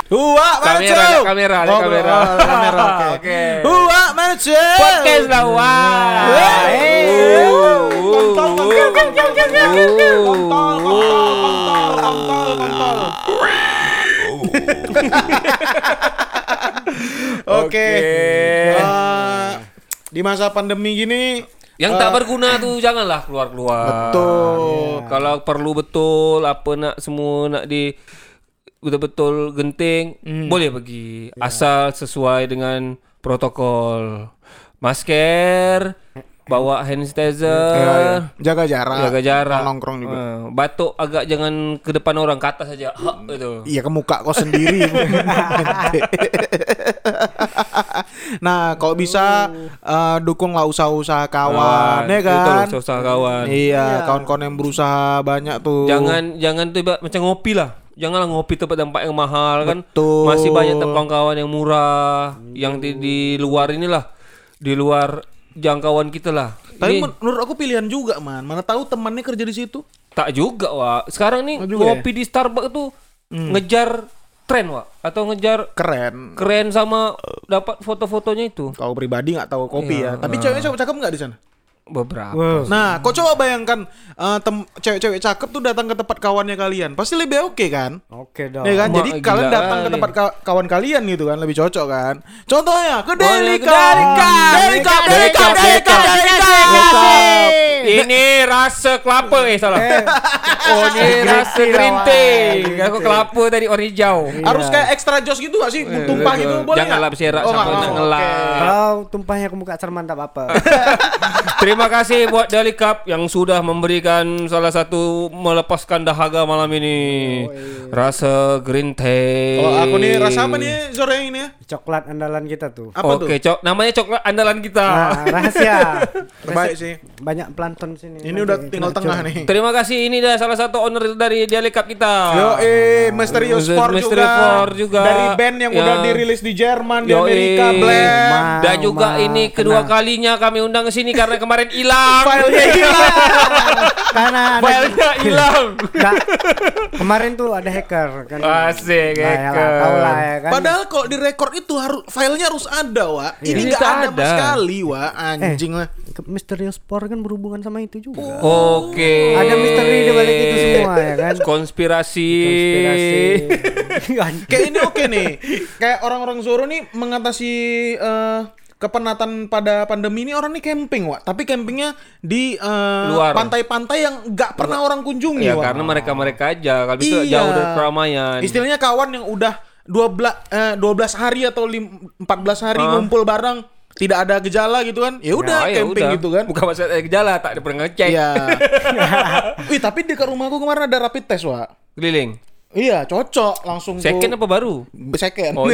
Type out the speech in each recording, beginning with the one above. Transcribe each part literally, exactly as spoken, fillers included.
Huwa mana Kamera, cuy? kamera, ada Oh, kamera. oh, ada kamera. Oke. Oke. Huwa mana cuy? Podcast lah, wah. Hey. Kontol, kontol, kontol, kontol, kontol, kontol, kontol. Oke. Eh, Di masa pandemi gini Yang tak berguna tuh janganlah keluar-keluar. betul. Kalau perlu betul apa nak semua nak di betul-betul genting, boleh pergi asal sesuai dengan protokol. Masker, bawa hand sanitizer, Ya, ya. Jaga jarak. jaga jarak. Nongkrong juga. Uh, batuk agak jangan ke depan orang, ke atas saja. Hak gitu. Iya ke muka kau sendiri. Nah, kalau bisa eh, dukunglah usaha-usaha kawan, ya kan? Betul, usaha kawan. Iya, kawan-kawan yang berusaha banyak tuh. Jangan jangan tuh ibarat macam ngopi lah. Janganlah ngopi tempat tempat yang mahal kan. Betul. Masih banyak tempat kawan-kawan yang murah, yang di, di luar inilah. Di luar jangkauan kita lah. Tapi Ini menurut aku pilihan juga, man. Mana tahu temannya kerja di situ. tak juga, Wak. Sekarang nih Oh, juga ngopi di Starbucks tuh ngejar tren, Wak, atau ngejar Keren. keren sama dapat foto-fotonya itu. Kau pribadi nggak tahu kopi Iya. ya. Tapi ceweknya cakep cakep nggak di sana? Beberapa. Nah, kau coba bayangkan eh, tem- cewek-cewek cakep tuh datang ke tempat kawannya kalian, pasti lebih oke kan? Oke dong. Ya kan? Mak, Jadi gila kalian datang ke kali. tempat ka- kawan kalian gitu kan, lebih cocok kan? Contohnya ke Oh, ya, Delika. ke Delika. Delika, Delika, Delika, Delika, Delika, Delika. Ini rasa kelapa eh salah. Oh, ini rasa green tea. Aku kelapa tadi warna hijau. Harus kayak extra jos gitu gak sih? Tumpah gitu boleh Janganlah nggak? berserak Oh, sampai nggak nak mau. ngelap. Oke. Kalau tumpahnya ke muka cerman tak apa-apa. Terima kasih buat Deli Cup yang sudah memberikan salah satu melepaskan dahaga malam ini. Rasa green tea. Kalau aku nih rasa apa nih sore yang ini ya? Coklat andalan kita tuh. Apa Oke, tuh? cok. Namanya coklat andalan kita. Nah, rahasia. Terbaik sih. Banyak plankton sini. Ini Nanti udah kena tinggal tengah cor. nih. Terima kasih, ini dah salah satu owner dari Deli Cup kita. Yo, eh, Mysterious Four Mystery juga. Four juga. Dari band yang Ya. udah dirilis di Jerman, di Yoi. Amerika, Blend. Ma- Dan juga Ma- ini kedua kena. kalinya kami undang ke sini karena kemarin hilang. Filenya hilang. Karena ada Filenya hilang. Nggak, kemarin tuh ada hacker kan. Asik, Nah, ya hacker. lah, tahu lah ya kan. Padahal kalau di record itu harus filenya harus ada, Wak. Ini Ini nggak tak ada, sama ada. sekali, Wak. Anjing lah. Ke- Mysterious Four kan berhubungan sama itu juga. Oke. Ada misteri di balik itu semua ya kan. Konspirasi. Konspirasi. Kayak ini oke nih. Kayak orang-orang Zoro nih mengatasi eh, kepenatan pada pandemi ini orang nih camping, Wak. Tapi campingnya di eh, Luar. pantai-pantai yang nggak pernah orang kunjungi, Ya Wak. karena mereka-mereka aja. Kalau itu Iya. jauh dari keramaian. Istilahnya kawan yang udah dua belas eh, dua belas hari atau lim- empat belas hari Ah. ngumpul bareng, tidak ada gejala gitu kan. Ya udah Ya, ya camping udah. gitu kan. Bukan masalah ada gejala, tak ada pernah ngecek. Iya. Wih, tapi dekat rumahku kemarin ada rapid test, Wak. Keliling. Iya, cocok langsung Second apa baru? Second. Oh,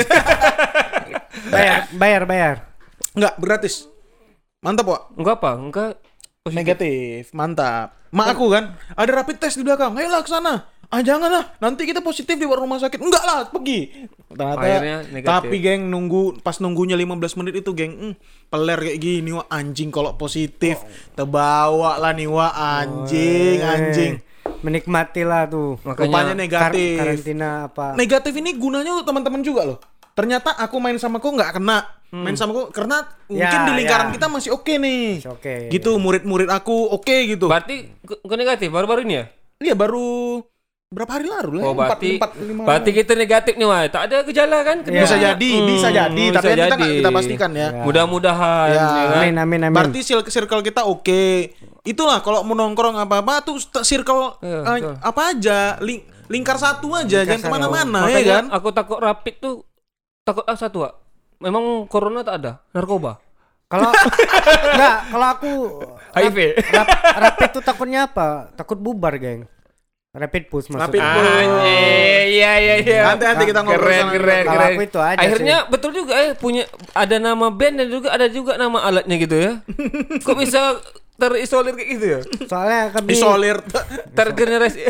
bayar, bayar, bayar. Enggak, gratis. Mantap, Wak. enggak apa? Enggak. Positif. Negatif, mantap. Mak aku kan, ada rapid test di belakang. Ayolah ke sana. Ah jangan lah, nanti kita positif di rumah sakit. Enggak lah, pergi. Ternyata, Akhirnya negatif. tapi geng nunggu pas nunggunya lima belas menit itu geng, hmm, peler kayak gini, wah anjing kalau positif terbawa lah nih wah anjing, anjing. Menikmatilah tuh. Makanya Rupanya Kar- negatif. karantina apa? Negatif ini gunanya untuk teman-teman juga loh. Ternyata aku main sama kok nggak kena. Main sama kok karena mungkin Ya, di lingkaran ya. kita masih oke nih. Masih oke. Gitu murid-murid aku oke gitu. berarti ke, ke negatif baru-baru ini ya? Iya baru berapa hari lalu lah. Oh, empat, berarti empat, lima berarti hari. kita negatif nih, wah. Tak ada gejala kan? Kena. Bisa jadi, Hmm, bisa jadi, bisa tapi kan kita nggak jadi. kita pastikan ya. Ya. Mudah-mudahan Ya. ya kan? Amin, amin, amin. Berarti circle, circle kita oke. Itulah kalau mau nongkrong apa-apa tuh st- circle Iya, eh, betul. apa aja, ling- lingkar satu aja, jangan satu. kemana-mana ya Makanya kan. aku takut rapid tuh takut ah satu, Wak. Memang corona tak ada, narkoba. Kalau enggak, kalau aku H I V. rap, rapid tuh takutnya apa? Takut bubar, geng. Rapid push maksudnya. Rapid push. Anjir, iya iya iya. Nanti-nanti kita ngobrol Keren sana keren juga. Kalau keren. aku itu aja Akhirnya betul juga eh punya ada nama band dan juga ada juga nama alatnya gitu ya. Kok bisa terisolir kayak gitu ya? Soalnya kami Isolir. Tergenerasi.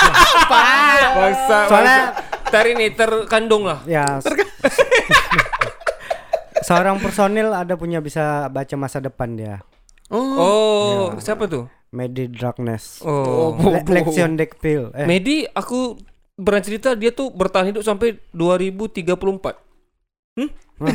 Bangsa. Soalnya- bangsa. ter ini terkandung lah. ya s- seorang personil ada punya bisa baca masa depan dia. Oh. Oh, siapa tuh? Medi Darkness. Oh, Le- Lexion Deckpil. Eh, Medi aku pernah cerita dia tuh bertahan hidup sampai dua ribu tiga puluh empat. Hmm?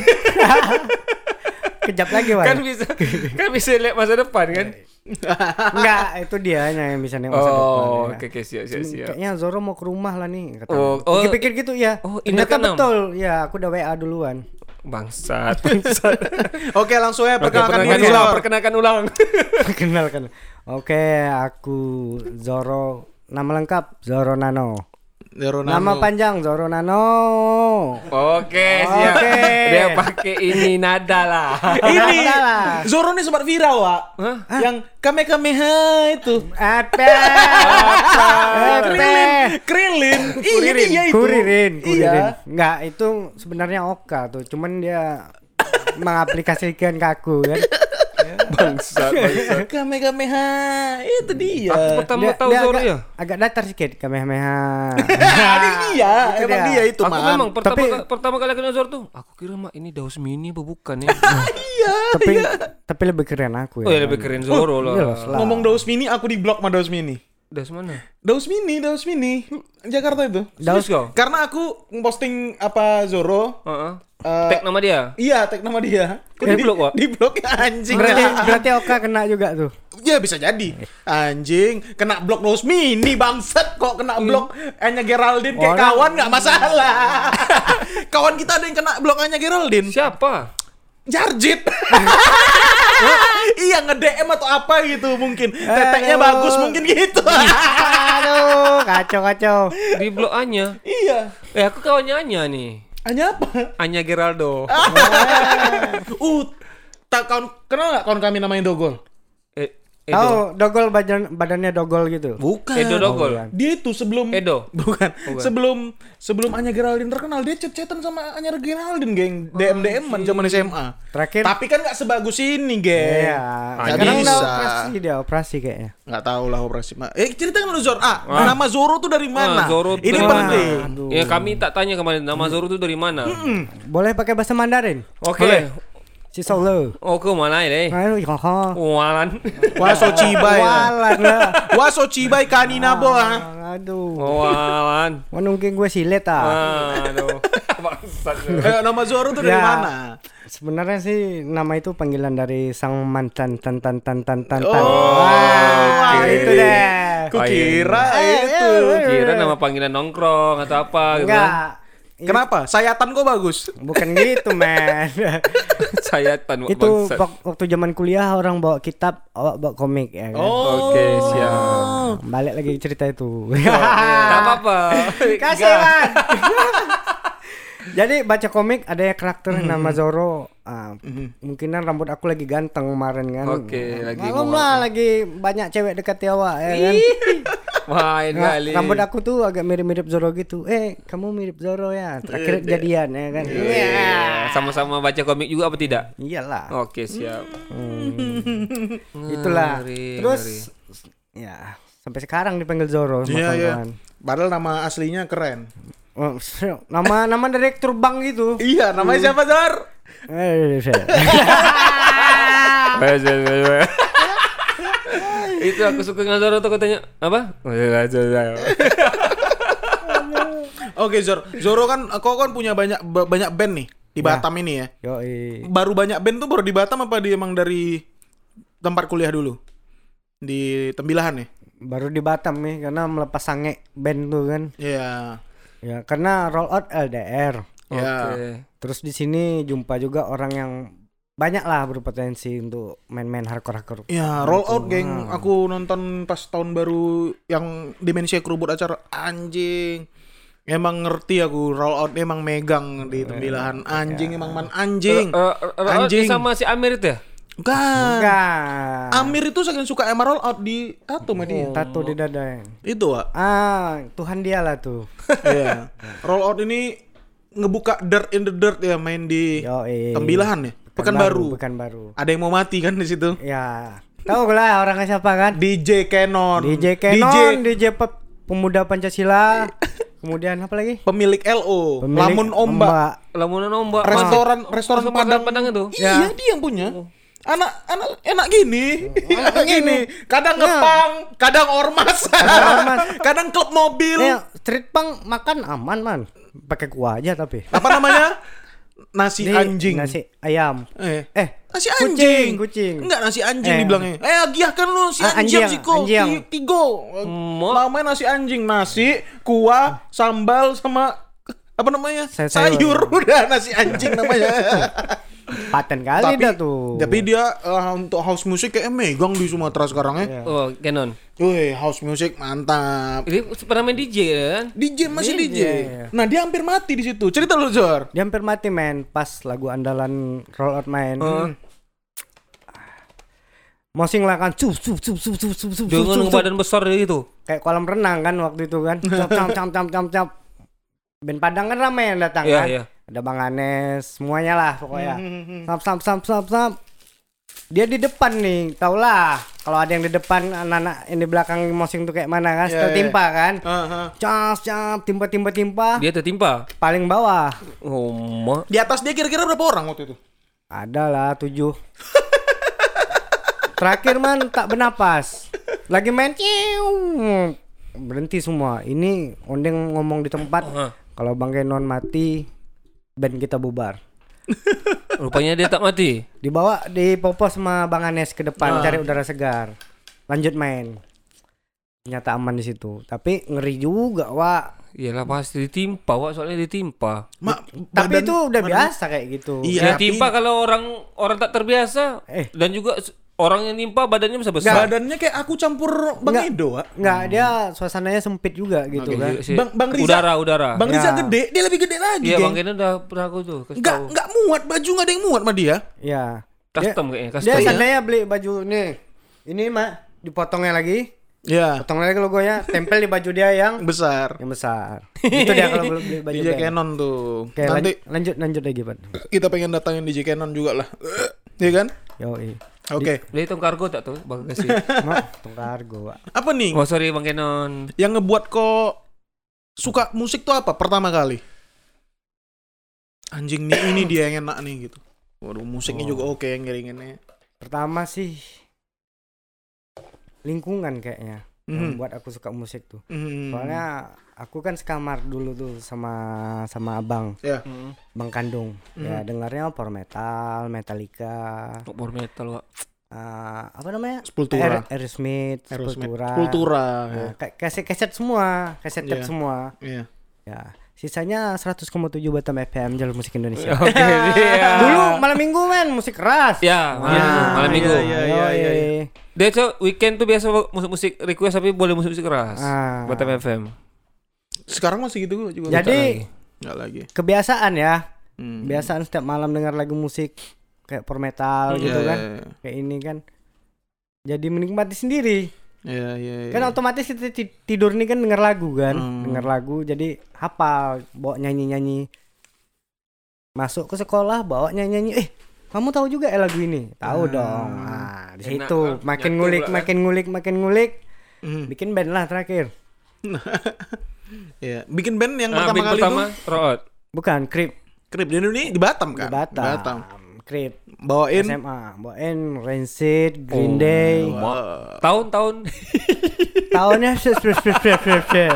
Kejap lagi, Wan. Kan bisa kan bisa lihat masa depan kan? Enggak, itu dia yang bisa lihat masa depan. Oh, Ya. oke oke siap siap siap. Kayaknya Zoro mau ke rumah lah nih kata. Oh, oh. Pikir-pikir gitu ya. Oh, ternyata Indra keenam. betul. Ya, aku udah W A duluan. Bangsat. Bangsat. Oke, langsung ya Oke, perkenalkan perkenalkan diri ulang, Zor. perkenalkan ulang. Kenalkan. Oke, aku Zoro. Nama lengkap Zoro Nano. Zoro Nama Nano. panjang Zoro Nano. Oke, siap. Oke. Dia pakai ini nada lah. Ini Salah. Zoro nih sempat viral, Wak. Hah? Yang Kamehameha itu. Apa? Krilin, Krilin. Iya dia itu. Kuririn, kuririn. Iya. Enggak, itu sebenarnya Oka tuh, cuman dia mengaplikasikan ke aku kan. Bangsat, bangsat. Kamehameha itu dia. Aku pertama Dia- tahu dia Zoro agak, ya. agak datar sedikit Kamehameha. Ini dia, Itu emang dia. dia itu Aku man. memang pertama Tapi- pertama kali kenal Zoro tuh, aku kira mak ini Daus Mini apa bukan ya? tapi tapi lebih keren aku ya. Oh ya lebih keren Zoro lah. jelas lah. Ngomong Daus Mini, aku di blok sama Daus Mini. Daus mana? Daus Mini, Daus Mini. Jakarta itu. Daus Serius kau? Karena aku posting apa Zoro. Heeh. eh, Tag nama dia. Iya, tag nama dia. Kok di blok, Wak? Di blok ya anjing. Berarti berarti Oka kena juga tuh. Ya bisa jadi. Anjing, kena blok Daus Mini bangsat kok kena blok Anya Geraldine kayak Orang- kawan nggak masalah. Kawan kita ada yang kena blok Anya Geraldine. Siapa? Jarjit. Iya nge-D M atau apa gitu mungkin. Teteknya Aduh. bagus mungkin gitu. Aduh, kacau kacau. Di blok Anya. Iya. Eh aku kawannya Anya nih. Anya apa? Anya Geraldo. Uh, tak kawan kenal nggak kawan kami namanya Dogol? Eh, Edo. Tahu dogol badan badannya dogol gitu. Bukan. Edo Dogol. bukan. Dia itu sebelum Edo. Bukan. Bukan. Sebelum sebelum Anya Geraldine terkenal dia chat-chatan sama Anya Geraldine, geng. D M D M-an zaman S M A. Terakhir Tapi kan nggak sebagus ini, geng. Iya. Nggak Sekarang udah bisa. operasi dia, operasi kayaknya. Nggak tahu lah operasi. Ma- Eh, ceritakan lu Zor. Ah, nama Zoro tuh dari mana? Ah, Zoro tuh Ini dari penting. mana? Aduh. Ya kami tak tanya kemarin nama Zoro tuh dari mana. Boleh pakai bahasa Mandarin? Oke. Boleh. Si Solo. Oh ke mana ini? Aduh, ya. Walan. Wah, so cibai. Walan lah. Wah, so cibai kanina bo ah. Aduh. Walan. Menungkin gue silet ah. Aduh. Bangsat. Eh, nama Zoro tuh dari Ya. mana? Sebenarnya sih nama itu panggilan dari sang mantan tan tan tan tan tan tan. Oh, Wah, oke. itu deh. Kukira Eh, itu. eh, Kira nama panggilan nongkrong atau apa gitu. Enggak. Kenapa? Sayatan kok bagus. Bukan gitu, men. Sayatan Itu bangsat. wak- waktu zaman kuliah orang bawa kitab, awak bawa komik ya kan. Oh. Oke, siap. Balik lagi cerita itu. Tak apa-apa. Kasih, Enggak. Man. Jadi baca komik ada ya karakter nama Zoro. Ah, mungkinan rambut aku lagi ganteng kemarin kan. Oke, lagi Malum mau- lah lagi banyak cewek dekat awak ya kan. Main Nah, kali. rambut aku tuh agak mirip-mirip Zoro gitu. Eh, kamu mirip Zoro ya. Terakhir jadian ya kan. Iya. Iya. Sama-sama baca komik juga apa tidak? Iyalah. Oke, siap. Itulah. Ngeri, Terus ngeri. ya sampai sekarang dipanggil Zoro sama Iya, iya. kawan-kawan. Padahal nama aslinya keren. Oh, nama nama direktur bank gitu. Iya, namanya siapa, Zor? Eh, Itu aku suka dengan Zoro tuh katanya apa? Oke, Zor. Zoro kan kau kan punya banyak ba- banyak band nih di Batam ini ya. Yoi. Baru banyak band tuh baru di Batam apa di emang dari tempat kuliah dulu? Di Tembilahan ya? Baru di Batam nih karena melepas sange band tuh kan. Iya. Ya, karena roll out L D R. Ya. Oke. Terus di sini jumpa juga orang yang banyak lah berpotensi untuk main-main hardcore-hardcore. Ya, roll out geng. Aku nonton pas tahun baru yang Demensia Kerubut acara anjing. Emang ngerti aku roll out emang megang di Tembilahan. Anjing emang man anjing. Eh, eh, Anjing. sama si Amir itu ya? Bukan. Enggak. Amir itu saking suka sama roll out di tato sama dia. Tato di dada. Itu, Wak. Ah, Tuhan dia lah tuh. Iya. Roll out ini ngebuka Dirt in the Dirt ya main di Yoi. Tembilahan ya. Pekanbaru. Pekanbaru. Ada yang mau mati kan di situ. Ya. Tahu lah orangnya siapa kan? D J Canon. D J Canon, D J pe- pemuda Pancasila. Kemudian apa lagi? Pemilik L O. Pemilik Lamun Ombak. Lamunan ombak. Restoran restoran Masuk Padang. Padang itu. Iya, dia yang punya. Anak anak enak gini. Enak gini. Kadang ngepang, kadang ormas. ormas. Kadang klub mobil. Eh, street punk makan aman man, pakai kuah aja tapi. Apa namanya? Nasi Di- anjing. Nasi ayam. Eh, Eh, nasi kucing, anjing. kucing. Enggak nasi anjing Eh. dibilangnya. Eh, agiah kan lu si Ah, anjing anjing, sih kok. anjing. Ti- Tigo. Mo- Namanya nasi anjing, nasi, kuah, sambal sama apa namanya? Sayur. Sayur. Udah nasi anjing namanya. Paten kali dah tuh. Tapi dia eh, untuk house music kayak megang di Sumatera sekarang ya. Oh, Canon. Wih, house music mantap. Ini pernah main D J kan? D J masih D J. D J. Nah, dia hampir mati di situ. Cerita lu, Jor. Dia hampir mati men pas lagu andalan Roll Out main. Heeh. Mosing lah kan cup cup cup cup cup cup cup Dengan cup, cup. badan besar gitu. Kayak kolam renang kan waktu itu kan. Cap cap cap cap cap cap. Band Padang kan ramai yang datang Iya, kan. iya. Ada Bang Anes, semuanya lah pokoknya. Sap sap sap sap sap. Dia di depan nih, tau lah. Kalau ada yang di depan, anak-anak yang di belakang mosing tuh kayak mana kan, Iya, tertimpa kan. Heeh. Cap cap timpa timpa timpa. Dia tertimpa. Paling bawah. Oh, ma. Di atas dia kira-kira berapa orang waktu itu? Ada lah tujuh. Terakhir man tak bernapas. Lagi main ciu. Berhenti semua. Ini Ondeng ngomong di tempat. Hah. Kalau Bang Kenon mati, band kita bubar. Rupanya dia tak mati. Dibawa di popos sama Bang Anes ke depan Ah. cari udara segar. Lanjut main. Ternyata aman di situ. Tapi ngeri juga, Wak. Iyalah pasti ditimpa, Wak, soalnya ditimpa. Ma, Tapi badan- itu udah badan- biasa kayak gitu. Iya, Ya, tapi- timpa kalau orang orang tak terbiasa. Eh. Dan juga s- orang yang nimpa badannya bisa besar. Badannya kayak aku campur Bang Nggak. Edo, Wak. Enggak, dia suasananya sempit juga gitu Oke, kan. si- Bang- Bang Riza- udara, udara. Bang Riza Ya. gede, dia lebih gede lagi, Iya, geng. Bang Kenan udah pernah aku tuh kasih Enggak, tahu. enggak muat, baju enggak ada yang muat sama dia. Iya. Custom kayaknya, Dia custom. ya. seandainya beli baju nih. Ini Mak, dipotongnya lagi. Ya, Potong lagi logonya, tempel di baju dia yang besar. yang besar. Itu dia kalau belum beli baju D J band. Canon tuh. Oke, Nanti lan- lanjut lanjut lagi, Pak. kita pengen datangin D J Canon juga lah. Iya kan? Yoi. Oke. Beli tong kargo tak tuh, Bang kasih. Mak, tong kargo, Pak. Apa nih Oh, sorry Bang Kenon. yang ngebuat kok suka musik tuh apa pertama kali? Anjing nih, ini dia yang enak nih gitu. Waduh, musiknya Oh. juga oke yang ngiringinnya. Pertama sih lingkungan kayaknya yang Mhm. buat aku suka musik tuh. Mhm. Soalnya aku kan sekamar dulu tuh sama sama abang, Ya. Hmm. bang kandung. Ya dengarnya power metal, Metallica, Power metal, Wak. eh, apa namanya? Sepultura. Air, Aerosmith, Aerosmith. Sepultura. Kultura. Nah, ka- kaset-kaset semua, kaset tape Iya. semua. Iya. Ya, sisanya seratus koma tujuh Batam F M Jalur Musik Indonesia. Oke, iya. Dulu malam minggu men musik keras. Ya, malam Ya, minggu, malam minggu. iya, iya, iya, iya, iya. Dia tuh weekend tuh biasa musik-musik request tapi boleh musik-musik keras. Ah. Batam F M. Sekarang masih gitu juga. Jadi enggak lagi. kebiasaan ya. Hmm. Kebiasaan setiap malam dengar lagu musik kayak power metal Iya, gitu kan. iya, Kayak ini kan. Jadi menikmati sendiri. Iya, iya, iya. Kan otomatis kita ti- tidur nih kan denger lagu kan. Hmm. Denger lagu jadi hafal, bawa nyanyi-nyanyi. Masuk ke sekolah bawa nyanyi-nyanyi. Eh, kamu tahu juga ya lagu ini? Tahu Hmm. dong. Nah, di Enak, situ kan? makin Nyatu ngulik, pula, kan? makin ngulik, makin ngulik. Mhm. Bikin band lah terakhir. Iya. Bikin band yang Ah, pertama band kali pertama tuh Road. Bukan, Creep Krip di Indonesia di Batam di kan? Batam. Creep Bawain S M A, bawain Rancid, Green Day. Wah. Tahun-tahun Tahunnya ses ses ses ses ses, ses.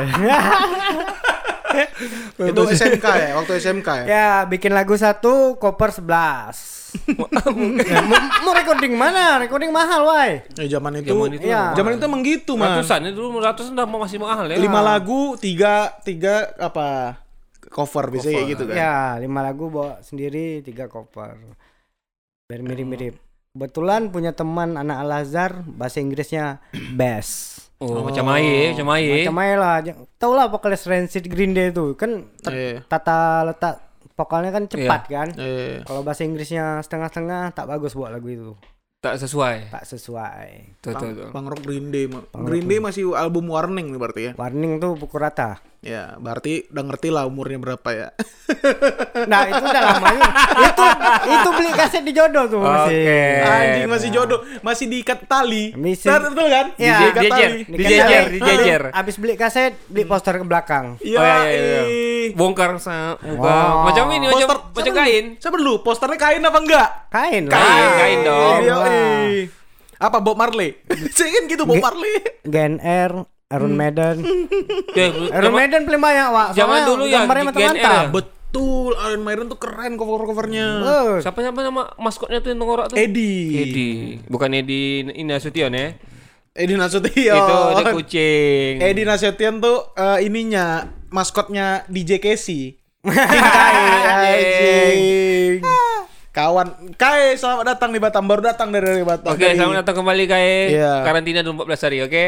Itu S M K ya, waktu S M K ya. Ya, bikin lagu satu, koper sebelas. Ya, mau, mau recording mana? Recording mahal, wai. Eh, zaman itu, Zaman itu Iya. zaman itu emang gitu, man. ratusan ya dulu ratusan udah masih mahal ya. Lima lagu, tiga, tiga apa cover biasanya kayak gitu kan. Ya, lima lagu bawa sendiri, tiga cover. Biar mirip-mirip. Kebetulan punya teman anak Al-Azhar, bahasa Inggrisnya best. Oh, macam air, macam air. Macam aja lah. J- Tau lah vokalis Rancid Green Day itu kan tet- Iya. tata letak vokalnya kan cepat kan. Eh, Kalau bahasa Inggrisnya setengah-setengah tak bagus buat lagu itu. Tak sesuai. Tak sesuai. Tuh, tuh, tuh. Bang Rock Green Day, Ma. Green Day masih album Warning nih berarti ya. Warning tuh pukul rata. Ya, berarti udah ngerti lah umurnya berapa ya. Nah, itu udah lama juga. itu itu beli kaset di jodoh tuh masih. Oke. Anjing masih jodoh, masih diikat tali. Misi- Nah, betul kan? Iya. Diikat Dijejer. tali. Ini Dijejer, kan dijejer. Abis beli kaset, beli poster ke belakang. Iya. Oh, iya, iya, iya. ih. Bongkar sa buka. Wow. Macam ini, macam Poster- macam siapa kain. dulu? Siapa dulu? Posternya kain apa enggak? Kain lah. Kain, kain dong. Iya, ih. Apa Bob Marley? Saya kan gitu Bob Marley. Gen R Iron Maiden. Ya, Iron Maiden paling banyak, Wak. Zaman Soalnya dulu ya, gambarnya Gen mantap-mantap. R ya? Betul, Iron Maiden tuh keren cover-covernya. Oh, Siapa siapa nama maskotnya tuh yang tengkorak tuh? Eddie. Eddie. Bukan Eddie ini Nasution ya. Eddie Nasution. Itu ada kucing. Eddie Nasution tuh eh, ininya maskotnya D J Casey. King Kai, anjing. Kawan Kai, selamat datang di Batam. Baru datang dari, dari Batam. Oke, selamat datang kembali Kai. Iya. Karantina dulu empat belas hari, oke?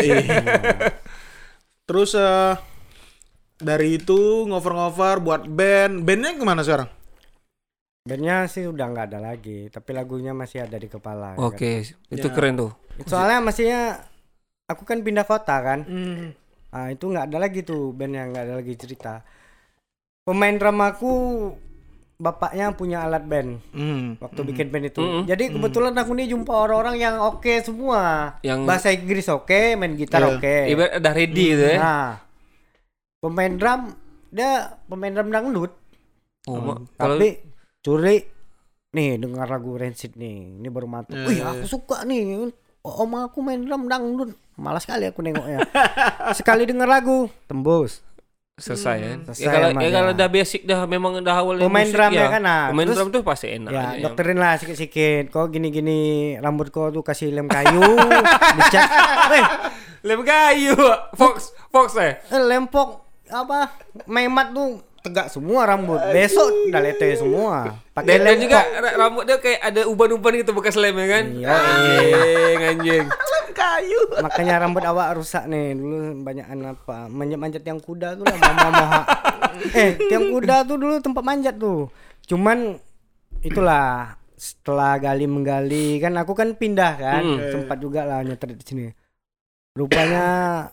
Terus eh, dari itu ngover-ngover buat band. Bandnya kemana sekarang? bandnya sih udah nggak ada lagi, tapi lagunya masih ada di kepala. Oke, itu Ya. keren tuh. Kan? Soalnya maksudnya aku kan pindah kota kan. Hmm. Ah itu nggak ada lagi tuh bandnya, nggak ada lagi cerita. Pemain dramaku bapaknya punya alat band Hmm. waktu bikin band itu. Mm-mm. Jadi kebetulan aku nih jumpa orang-orang yang oke semua. Yang Bahasa Inggris oke, main gitar Iya. oke. ibarat udah ready gitu ya. Nah, pemain drum dia pemain drum dangdut. Oh, ma- kalau Tapi curi nih dengar lagu Rancid nih, ini baru mantap. Iya, Wih iya. aku suka nih. Om aku main drum dangdut. Malas sekali aku nengoknya. Sekali denger lagu tembus. selesai ya. selesai Ya kalau emang ya ya. kalau udah basic dah memang dah awal Pemain musik, drum ya. ya kan, nah. Pemain Terus- drum tuh pasti enak Ya, aja. dokterin lah sikit-sikit. Kok gini-gini rambut kau tuh kasih lem kayu, dicat. Eh, Lem kayu, Fox, Fox eh. eh, lempok apa? Memat tuh tegak semua rambut. Besok udah lete semua. Pakai Dan, dan lem juga kok. ra- rambut dia kayak ada uban-uban gitu bekas lem ya kan? Iya. Anjing, anjing. Kayu. Makanya rambut awak rusak nih. Dulu banyakan apa? Manjat-manjat tiang kuda tuh lah mama-mama. eh, tiang kuda tuh dulu tempat manjat tuh. Cuman itulah setelah gali menggali kan aku kan pindah kan. Hmm. Sempat juga lah nyetrit di sini. Rupanya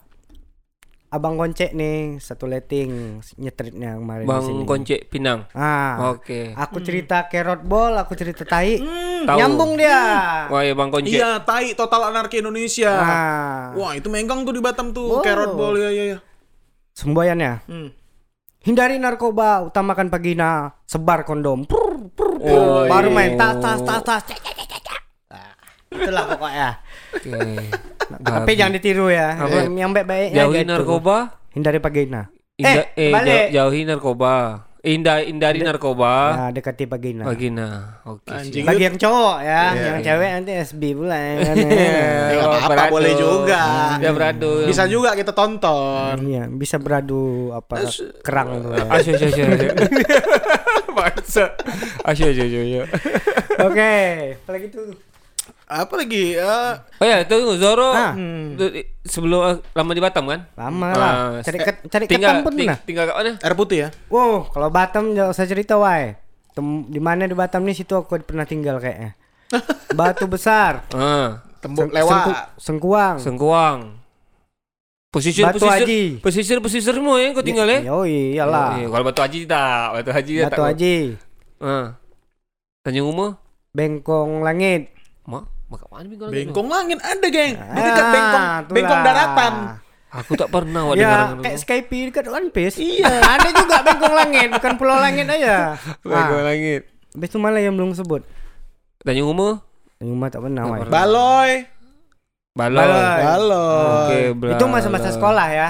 Abang Koncek nih satu letting nyetritnya kemarin di Bang sini. Koncek Pinang. Ah. Oke. Aku cerita carrot ball, aku cerita tai. Hmm. Tahu. Nyambung dia. Wah, ya Bang Koncek. Iya, tai Total Anarki Indonesia. Ah. Wah, itu megang tuh di Batam tuh, Oh. Carrot Ball ya ya ya. Semboyannya. Hmm. Hindari narkoba, utamakan vagina, sebar kondom. Prr, prr, prr. Oh, Baru iya. main tas tas tas tas. Cek, cek, cek, cek. Ah, itulah pokoknya. Oke. Tapi jangan ditiru ya. Apa? Yang, yang baik-baiknya Jauhi gitu. narkoba. Hindari vagina. Inda, eh, eh, balik. jau- jauhi narkoba. Indah hindari narkoba. Nah, dekati vagina. Vagina. Oke. Anjing. siap. Bagi yang cowok ya, Iya, yang iya. cewek nanti S B pula ya kan. Ya, nggak Oh, apa-apa, beradu. boleh juga. Ya beradu. Bisa juga kita tonton. Iya, bisa beradu apa kerang tuh. Asyo asyo asyo. asyo. Bangsa. Asyo asyo asyo. asyo. Oke, apalagi tuh. Apa lagi? Eh, Oh ya, itu Zoro Ah. tu- sebelum lama di Batam kan? Lama lah. Ah, Cari ket, cari tinggal ketam pun ting- nah. tinggal kat mana? air putih ya. Wow, kalau Batam jangan usah cerita wai. Tem- di mana di Batam nih situ aku pernah tinggal kayaknya. Batu besar, Ah, Tembok Seng- lewat. Sengku- Sengkuang, Sengkuang. Pesisir Batu pesisir, Haji. pesisir pesisir semua yang kau tinggal ya? Yo iyalah. Eh, kalau Batu Haji tak, Batu Haji tak. Batu Haji, Ah. Tanjung Uma? Bengkong Langit. Mak, mak mana bengkong? Bengkong langit ada, geng. Di Ah, dekat Bengkong, itulah. Bengkong daratan. Aku tak pernah wak dengar. Ya, kayak Skype dekat One Piece. Iya, ada juga Bengkong Langit, bukan Pulau Langit aja. Bengkong Ah, langit. habis itu malah yang belum sebut. Tanjung Uma? Rumah tak pernah, Tak wai. pernah. Baloy. Baloi. Baloi. Baloy. Oke, Itu masa-masa Baloi. sekolah ya.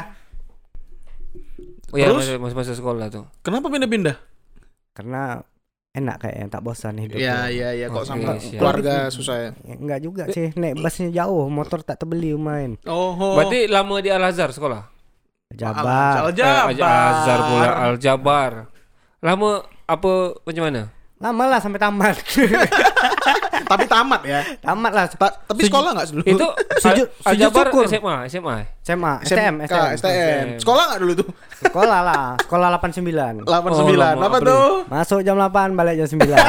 Oh ya, Terus? masa- masa-masa sekolah tuh. Kenapa pindah-pindah? Karena enak kayaknya, tak bosan hidup. Iya, iya, iya, kok Oke, sama siap. keluarga susah ya. Ya, enggak juga sih, naik busnya jauh, motor tak terbeli main. Oh. Berarti lama di Al Azhar sekolah? Jabar. Al Jabar. Eh, Al Azhar pula, Al Jabar. Lama apa macam mana? Lama lah sampai tamat. Tapi tamat ya. tamat lah. Ta- tapi sekolah enggak dulu? Itu Sujud, Al, Al sujud Jabar syukur. S M A, S M A. S M A, S T M, S M K, S T M. S T M. Sekolah enggak dulu tuh? Sekolah lah, sekolah delapan sembilan. delapan Oh, sembilan. lama, Apa apa tuh? Masuk jam delapan, balik jam sembilan.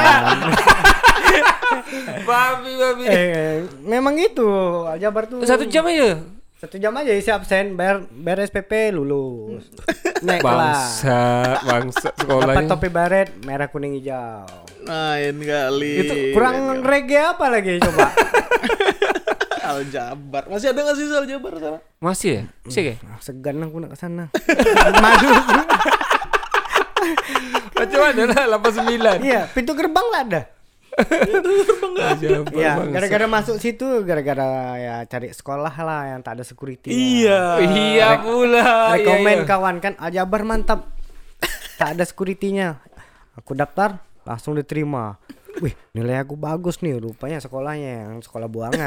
Babi babi. eh, memang itu, Aljabar tuh. Satu jam aja. Satu jam aja isi absen, bayar bayar S P P, lulus. Naik kelas. Bangsa, bangsa Dapat sekolahnya. topi baret merah kuning hijau. Main kali. Itu kurang reggae apa lagi coba? Al Jabar. Masih ada enggak sih Al Jabar sekarang? Masih ya? Masih ya? Ah, segan aku nak ke sana. Malu. Macam mana lah delapan sembilan? Iya, pintu gerbang lah ada. Terbang nggak ada. Ya, gara-gara masuk situ, gara-gara ya cari sekolah lah yang tak ada security. Iya. Iya pula. Rekomen Iya, iya. kawan kan, Aljabar mantap. Tak ada security-nya. Aku daftar, langsung diterima. Wih, nilai aku bagus nih, rupanya sekolahnya yang sekolah buangan.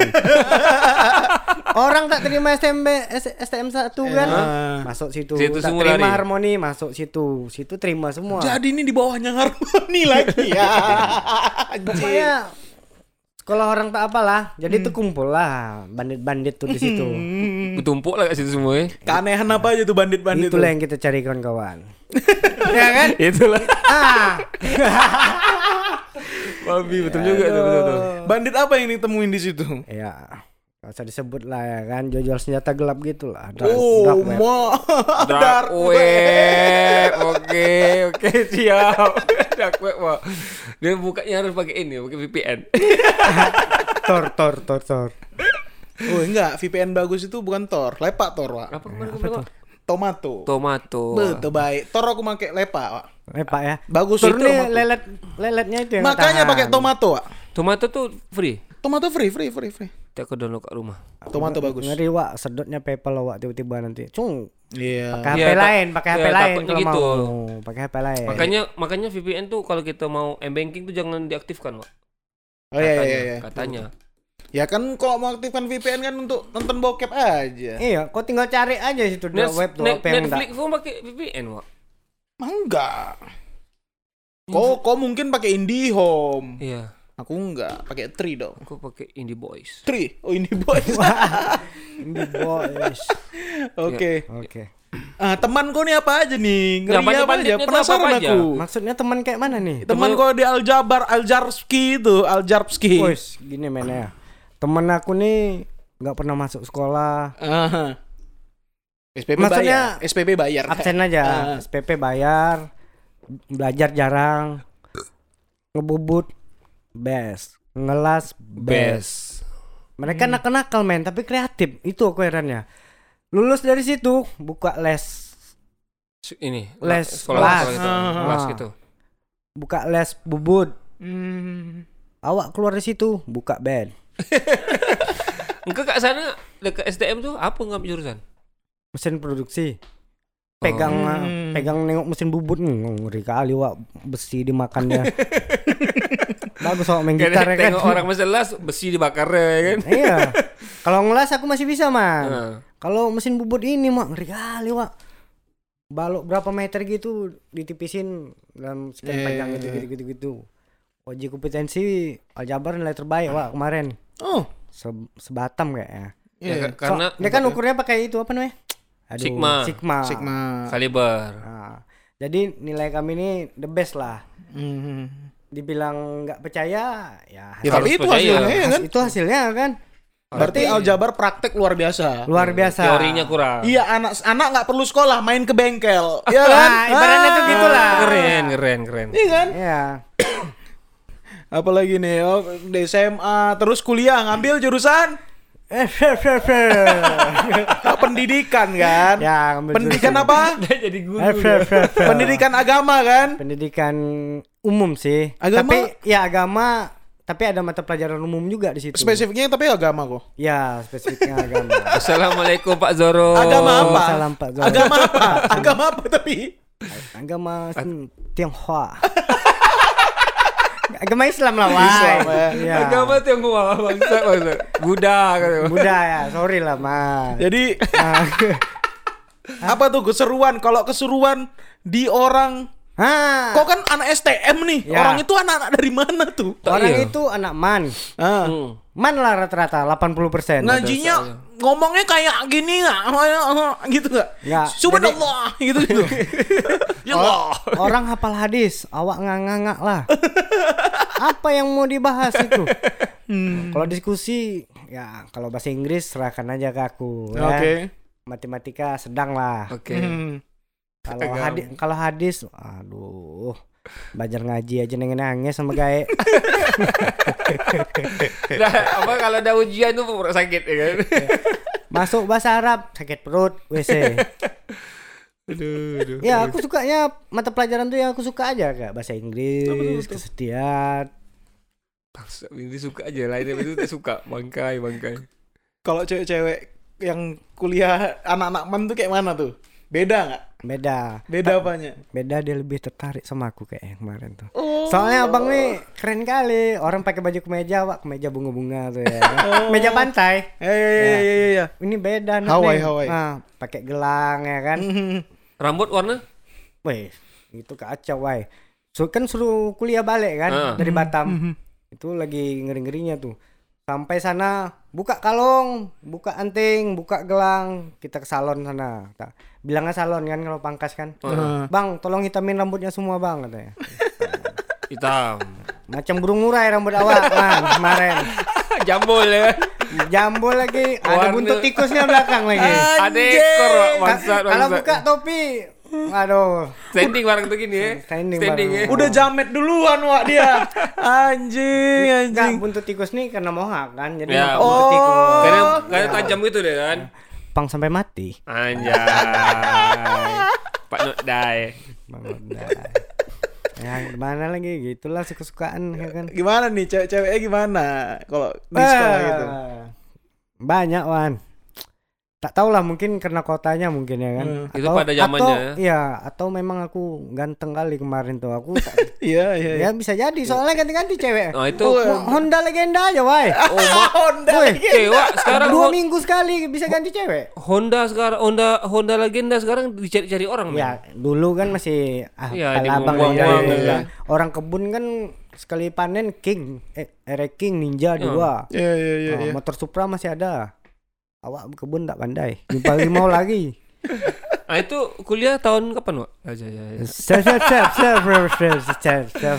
Orang tak terima S T M B, S T M satu kan, Eh. masuk situ. Situ Tak semua terima lari. harmoni, masuk situ. Situ terima semua. Jadi ini di bawahnya harmoni lagi ya. Pokoknya sekolah orang tak apalah. Jadi tuh kumpul lah bandit-bandit tuh di situ. Bertumpuk lah kat situ semua eh. Keanehan apa aja tuh bandit-bandit Itulah tuh? yang kita cari kawan-kawan. Ya kan? Itulah. Ah, Babi betul juga tuh betul tuh. Bandit apa yang ditemuin di situ? ya. Gak usah disebut lah ya kan, jual senjata gelap gitu lah. Dark- Oh, dark web. ma. Dark web. Oke, oke siap. Dark web. Wah. Dia bukanya harus pakai ini, pakai V P N. Tor, tor, tor, tor. Oh enggak, V P N bagus itu bukan Tor, Lepak Tor, Wak. Apa kemarin kemarin? Pak? Tomato. Tomato. Betul baik. Tor aku pakai Lepak, Wak. Eh Pak ya. Bagus Tor itu. nih lelet, leletnya itu yang Makanya tahan. pakai tomato, Wak. Tomato tuh free. Tomato free, free, free, free. Kita ke download kat rumah. Tomato bagus. Ngeri Wak, sedotnya PayPal Wak tiba-tiba nanti. Cung. Iya. Pakai H P Iya, tak- lain, pakai H P iya, lain takutnya kalau gitu. mau. Pakai H P lain. Makanya makanya V P N tuh kalau kita mau m-banking tuh jangan diaktifkan, Pak. Oh iya Katanya, iya iya. katanya. Ya kan kalau mau aktifkan V P N kan untuk nonton bokep aja. Iya, kau tinggal cari aja situ di Net- web tuh Net- apa yang Netflix enggak. pun pakai V P N, Pak. Mah enggak. Kau kau mungkin pakai IndiHome. Iya. Aku enggak, pakai Tree dong. Aku pakai Indie Boys. Tree. Oh, ini boys. Ini boys. Oke. Oke. Ah, teman kau nih apa aja nih? Ya, Ngeri apa aja? bandit-banditnya tuh Penasaran apa aja? aku. Maksudnya teman kayak mana nih? Teman kau di Aljabar, Aljarski itu, Aljarski. Boys, gini men ya. Temen aku nih nggak pernah masuk sekolah. Aha. S P P Maksudnya bayar. S P P bayar. Absen aja. Ah. S P P bayar. Belajar jarang. Ngebubut best. Ngelas best. Best. Mereka nakal-nakal men, tapi kreatif. Itu aku herannya. Lulus dari situ buka les. Ini Les, sekolah kelas. sekolah gitu. Ah. Kelas gitu. Buka les bubut. Hmm. Awak keluar dari situ buka band. Engkau kat sana dekat S T M tuh apa ngambil jurusan? Mesin produksi. Pegang Hmm. pegang nengok mesin bubut nih, ngeri kali Wak, besi dimakannya. Bagus Wak main gitar ya kan. Tengok orang mesin las besi dibakar ya kan. Iya. Kalau ngelas aku masih bisa, Man. Nah. Kalau mesin bubut ini, Mak, ngeri kali, Wak. Balok berapa meter gitu ditipisin dalam sekian Eh. panjang gitu gitu gitu gitu. Uji kompetensi Aljabar nilai terbaik, Wak, kemarin. Oh. Se- sebatam kayaknya. Ya, Iya. ka- karena So, dia kan ukurnya pakai itu apa namanya? Aduh, Sigma. Sigma. Sigma. kaliber. Nah, jadi nilai kami ini the best lah. Hmm. Dibilang nggak percaya, ya, Ya, hasil- tapi Harus itu percaya. hasilnya ya kan. itu hasilnya kan Berarti Aljabar praktek luar biasa. luar biasa. Teorinya kurang. Iya, anak anak nggak perlu sekolah, main ke bengkel. Iya kan? Nah, ibaratnya tuh gitulah. Keren, keren, keren. Iya kan? Iya. Apalagi nih, oh, di S M A terus kuliah ngambil jurusan Eh, fair, fair, fair. ah, pendidikan kan? Ya, ngambil Pendidikan jurusan. apa? Jadi guru. Eh, fair, fair, fair. Pendidikan agama kan? Pendidikan umum sih. Agama? Tapi ya agama, tapi ada mata pelajaran umum juga di situ. Spesifiknya tapi agama kok. Ya, spesifiknya agama. Assalamualaikum Pak Zoro. Agama apa? Salam Pak Zoro. Agama apa? Agama apa tapi? Agama Tionghoa. Agama Islam lah, Wak. Islam, ya. Iya. Agama Tionghoa bangsa bangsa. Buddha kata. Buddha ya, sorry lah, Mas. Jadi Ah. apa tuh keseruan? Kalau keseruan di orang, Hah. kok kan anak S T M nih? Ya. Orang itu anak-anak dari mana tuh? Orang Iya. itu anak man. Ah. Hmm. Man lah rata-rata delapan puluh persen. Ngajinya ngomongnya kayak gini nggak? Gitu nggak? Nggak. Subhanallah gitu gitu. Ya Allah. Orang hafal hadis, awak nganga lah. Apa yang mau dibahas itu? Hmm. Kalau diskusi, ya kalau bahasa Inggris serahkan aja ke aku. ya. Oke. Matematika sedang lah. Oke. Hmm. Kalau Agama. hadis, kalau hadis, aduh, belajar ngaji aja nengin nangis sama gae. Nah, apa kalau ada ujian tuh perut sakit ya kan? Masuk bahasa Arab sakit perut, W C. Aduh, aduh. Ya aku sukanya mata pelajaran tuh yang aku suka aja, kayak bahasa Inggris, kesetiaan, Bangsa, ini suka aja lainnya itu tak suka bangkai bangkai. Kalau cewek-cewek yang kuliah anak-anak man tuh kayak mana tuh? Beda nggak? Beda. Beda apanya? Beda, dia lebih tertarik sama aku kayak yang kemarin tuh. Oh. Soalnya abang nih keren kali. Orang pakai baju kemeja, Pak, kemeja bunga-bunga tuh ya. Oh. Meja pantai. Eh, iya, iya, iya, iya. Ini beda nih. Hawaii, Hawaii. Ah, pakai gelang ya kan. Rambut warna? Wih, itu kacau, wai. So, kan suruh kuliah balik kan Ah. dari Batam. Itu lagi ngeri-ngerinya tuh. Sampai sana buka kalung, buka anting, buka gelang, kita ke salon sana. Ta- Bilangnya salon kan kalau pangkas kan. Uh. Bang, tolong hitamin rambutnya semua bang katanya. Hitam. Macam burung murai rambut awak bang kemarin. Jambul ya. Jambul lagi, ada Warna- buntut tikusnya belakang lagi. Ada ekor Wak. Ka- Bangsat, Kalau bangsat. buka topi, aduh, Standing barang tuh gini ya. Standing Standing barang. ya. Udah jamet duluan Wak dia. Anjing, enggak anjing. buntut tikus nih karena mohak kan, jadi Ya, makan buntut tikus. Karena karena tajam gitu deh kan. Pang sampai mati. Anjay. Pak Not Die. Bang udah. Ya mana lagi gitulah suka-sukaan ya kan. Gimana nih cewek-ceweknya gimana kalau di sekolah gitu? Eh, Banyak Wan. Tak tahu lah, mungkin karena kotanya mungkin ya kan. Hmm. Itu pada zamannya ya. Atau, iya, atau memang aku ganteng kali kemarin tuh. Aku tak, Iya, iya, iya. ya bisa jadi soalnya ganti-ganti cewek. Nah, itu Mo- Honda legenda aja, wai. oh mak Honda. Woi, eh, Wak, sekarang dua Hon- minggu sekali bisa ganti cewek. Honda sekarang Honda Honda legenda sekarang dicari-cari orang men. Ya, dulu kan masih ah, Iya, kepala abang dibuang-buang aja, gitu ya. ya. Orang kebun kan sekali panen king, eh, ere king ninja dua. Iya, iya, iya, Oh, iya. motor Supra masih ada. Awak kebun tak pandai. Jumpa limau lagi. Ah itu kuliah tahun kapan, Wak? Aja ya. ya. Self self self self self self self.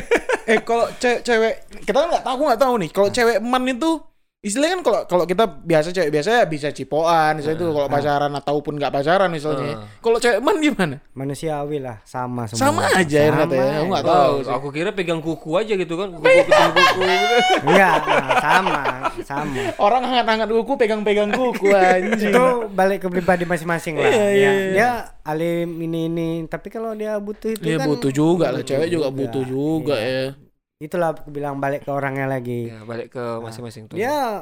Eh kalau ce- cewek kita kan nggak tahu, aku nggak tahu nih. Kalau cewek man itu istilahnya kan kalau kalau kita biasa cewek biasa ya bisa cipokan, misalnya itu kalau pacaran ataupun nggak pacaran misalnya. Ah. Kalau cewek man gimana? Manusiawi lah, sama semua. Sama aja ya katanya. Aku nggak tahu. Oh, aku kira pegang kuku aja gitu kan. Kuku ketemu kuku gitu. Enggak, nah, sama, sama. Orang hangat-hangat kuku, pegang-pegang kuku anjing. Itu balik ke pribadi masing-masing lah. Iya, iya, Ya, iya. dia alim ini ini, tapi kalau dia butuh itu Iya kan butuh juga lah, cewek juga juga. butuh juga Iya. ya. Itulah aku bilang balik ke orangnya lagi. Ya, balik ke masing-masing tuh. Dia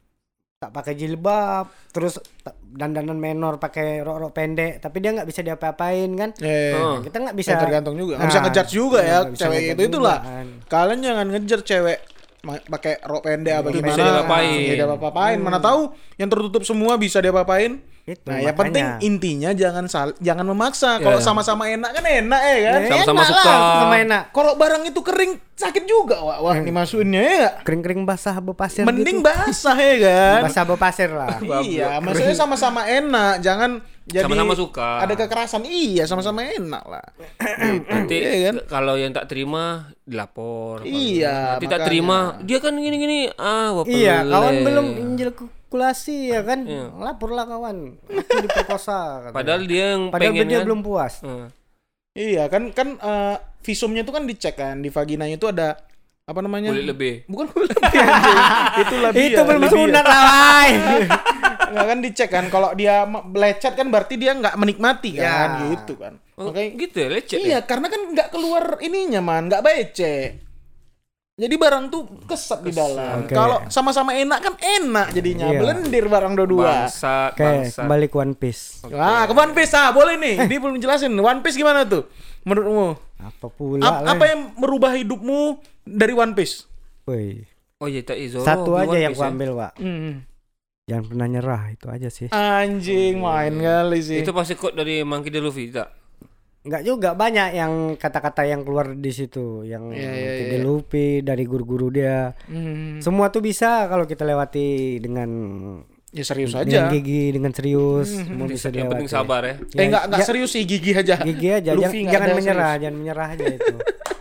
tak pakai jilbab, terus ta- dandanan menor pakai rok-rok pendek, tapi dia nggak bisa diapa-apain kan. Eh, Oh. Kita nggak bisa bisa tergantung juga. Nggak Nah, bisa ngejudge juga iya, ya nggak bisa cewek ngejudge itu itulah. juga kan. Kalian jangan ngejar cewek ma- pakai rok pendek apa Itu gimana. bisa diapa-apain. Bisa diapa-apain. Mana tahu yang tertutup semua bisa diapa-apain. Itu, Nah, yang makanya. penting intinya jangan sal jangan memaksa. Kalau Iya. sama-sama enak kan enak ya kan. Ya, Sama-sama enak suka. lah, sama enak. Kalau barang itu kering sakit juga wah, wah dimasukinnya ya nggak? Kering-kering basah berpasir Mending gitu. basah ya kan. Basah berpasir lah. Iya, maksudnya sama-sama enak, jangan jadi Sama-sama suka. Ada kekerasan. Iya, sama-sama enak lah. Nanti Iya kan? k- kalau yang tak terima dilapor. Iya, Nanti tak makanya. terima, dia kan gini-gini. Ah, wah, Iya, pelele. kawan belum injil kalkulasi ya kan. Iya. Laporlah kawan. Aku diperkosa. katanya. Padahal dia yang Padahal pengen dia kan. belum puas. Eh, Iya, kan kan eh, visumnya itu kan dicek kan, di vaginanya itu ada apa namanya? kulit lebih. Bukan kulit lebih. anjing. Itu labia. Itu belum labia. sunat lah, wai. Nggak kan dicek kan, kalau dia ma- lecet kan berarti dia nggak menikmati kan, Ya. gitu kan. Oh, Makanya gitu ya, lecet iya, ya? karena kan nggak keluar ininya man, nggak becek. Jadi barang tuh kesat di dalam. Oke. Kalau sama-sama enak kan enak jadinya. Iya. Belendir barang dua-dua. Bangsat, Oke, bangsat. kembali ke One Piece. Nah, ke One Piece ah, boleh nih. Ini belum jelasin. One Piece gimana tuh menurutmu? Apa pula? Ap- lah. apa yang merubah hidupmu dari One Piece? Woi. Oh iya, tak Zoro. Satu di aja One yang Piece ku ya. ambil, Pak. Hmm. Jangan pernah nyerah, itu aja sih. Anjing, main kali sih. Itu pasti quote dari Monkey D. Luffy tak? Enggak juga, banyak yang kata-kata yang keluar di situ, yang Iya, iya, mungkin iya. di Luffy, dari guru-guru dia. Hmm. Semua tuh bisa kalau kita lewati dengan Ya serius dengan aja. gigi, dengan serius, semua bisa Yang penting dilewati. sabar ya. Eh enggak enggak Ya- serius sih, gigi aja. Gigi aja, Luffy jangan, nggak jangan ada menyerah, serius. jangan menyerah aja itu.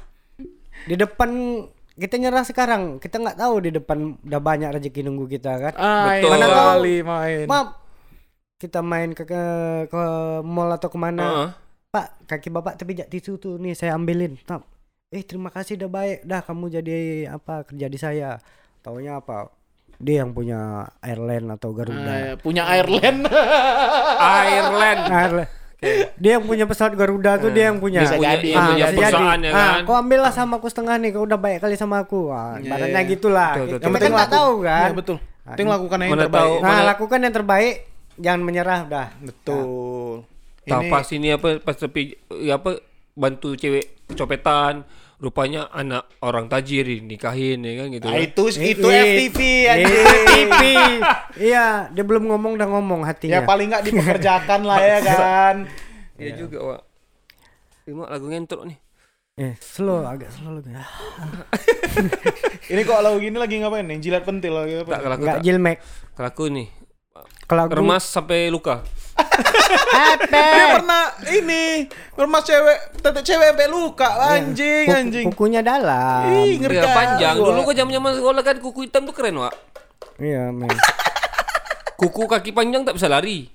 Di depan kita nyerah sekarang, kita nggak tahu di depan udah banyak rezeki nunggu kita kan. Ah, Betul. mana Mana tahu. kali main. Maaf, kita main ke ke, ke mall atau kemana? Heeh. Pak, kaki bapak terpijak tisu tuh, nih saya ambilin. Tap. Eh terima kasih udah baik, dah kamu jadi apa kerja di saya. Taunya apa? Dia yang punya airline atau Ah, Garuda. ya, punya Ireland. Ireland. Airline. Dia yang punya pesawat Garuda tuh dia yang punya. Bisa punya, jadi, yang ah, punya bisa perusahaan jadi. ya Ah, kan. kau ambillah sama aku setengah nih, kau udah baik kali sama aku. Wah, Iya, ibaratnya iya. gitulah. Betul, betul, Kita betul. kan nggak laku- tahu kan. Iya, betul. Penting lakukan yang Mana terbaik. tahu. Nah, Mana- lakukan yang terbaik, jangan menyerah dah. Betul. Tahu Ini pas ini apa pas tepi ya apa bantu cewek kecopetan, rupanya anak orang tajir dinikahin ya kan gitu. ah, kan. itu itu Iya. F T V Iya, anjing. T V. Iya, dia belum ngomong udah ngomong hatinya. Ya paling nggak dipekerjakan lah ya kan. Iya juga, Wak. Terima lagu ngentrok nih. Eh, slow, agak slow lagi. Ah, Ini kok lagu gini lagi ngapain nih? Jilat pentil lagi apa? Tak kalau aku Enggak tak. jilmek. Kalau aku nih Kalau aku remas sampai luka. apa? Dia pernah ini remas cewek, tetek cewek sampai luka anjing Kuku- anjing. Kukunya dalam. Ih, ngeri Ya kali panjang. gua. Dulu kok zaman-zaman sekolah kan kuku hitam tuh keren, Wak. Iya, men. Kuku kaki panjang tak bisa lari.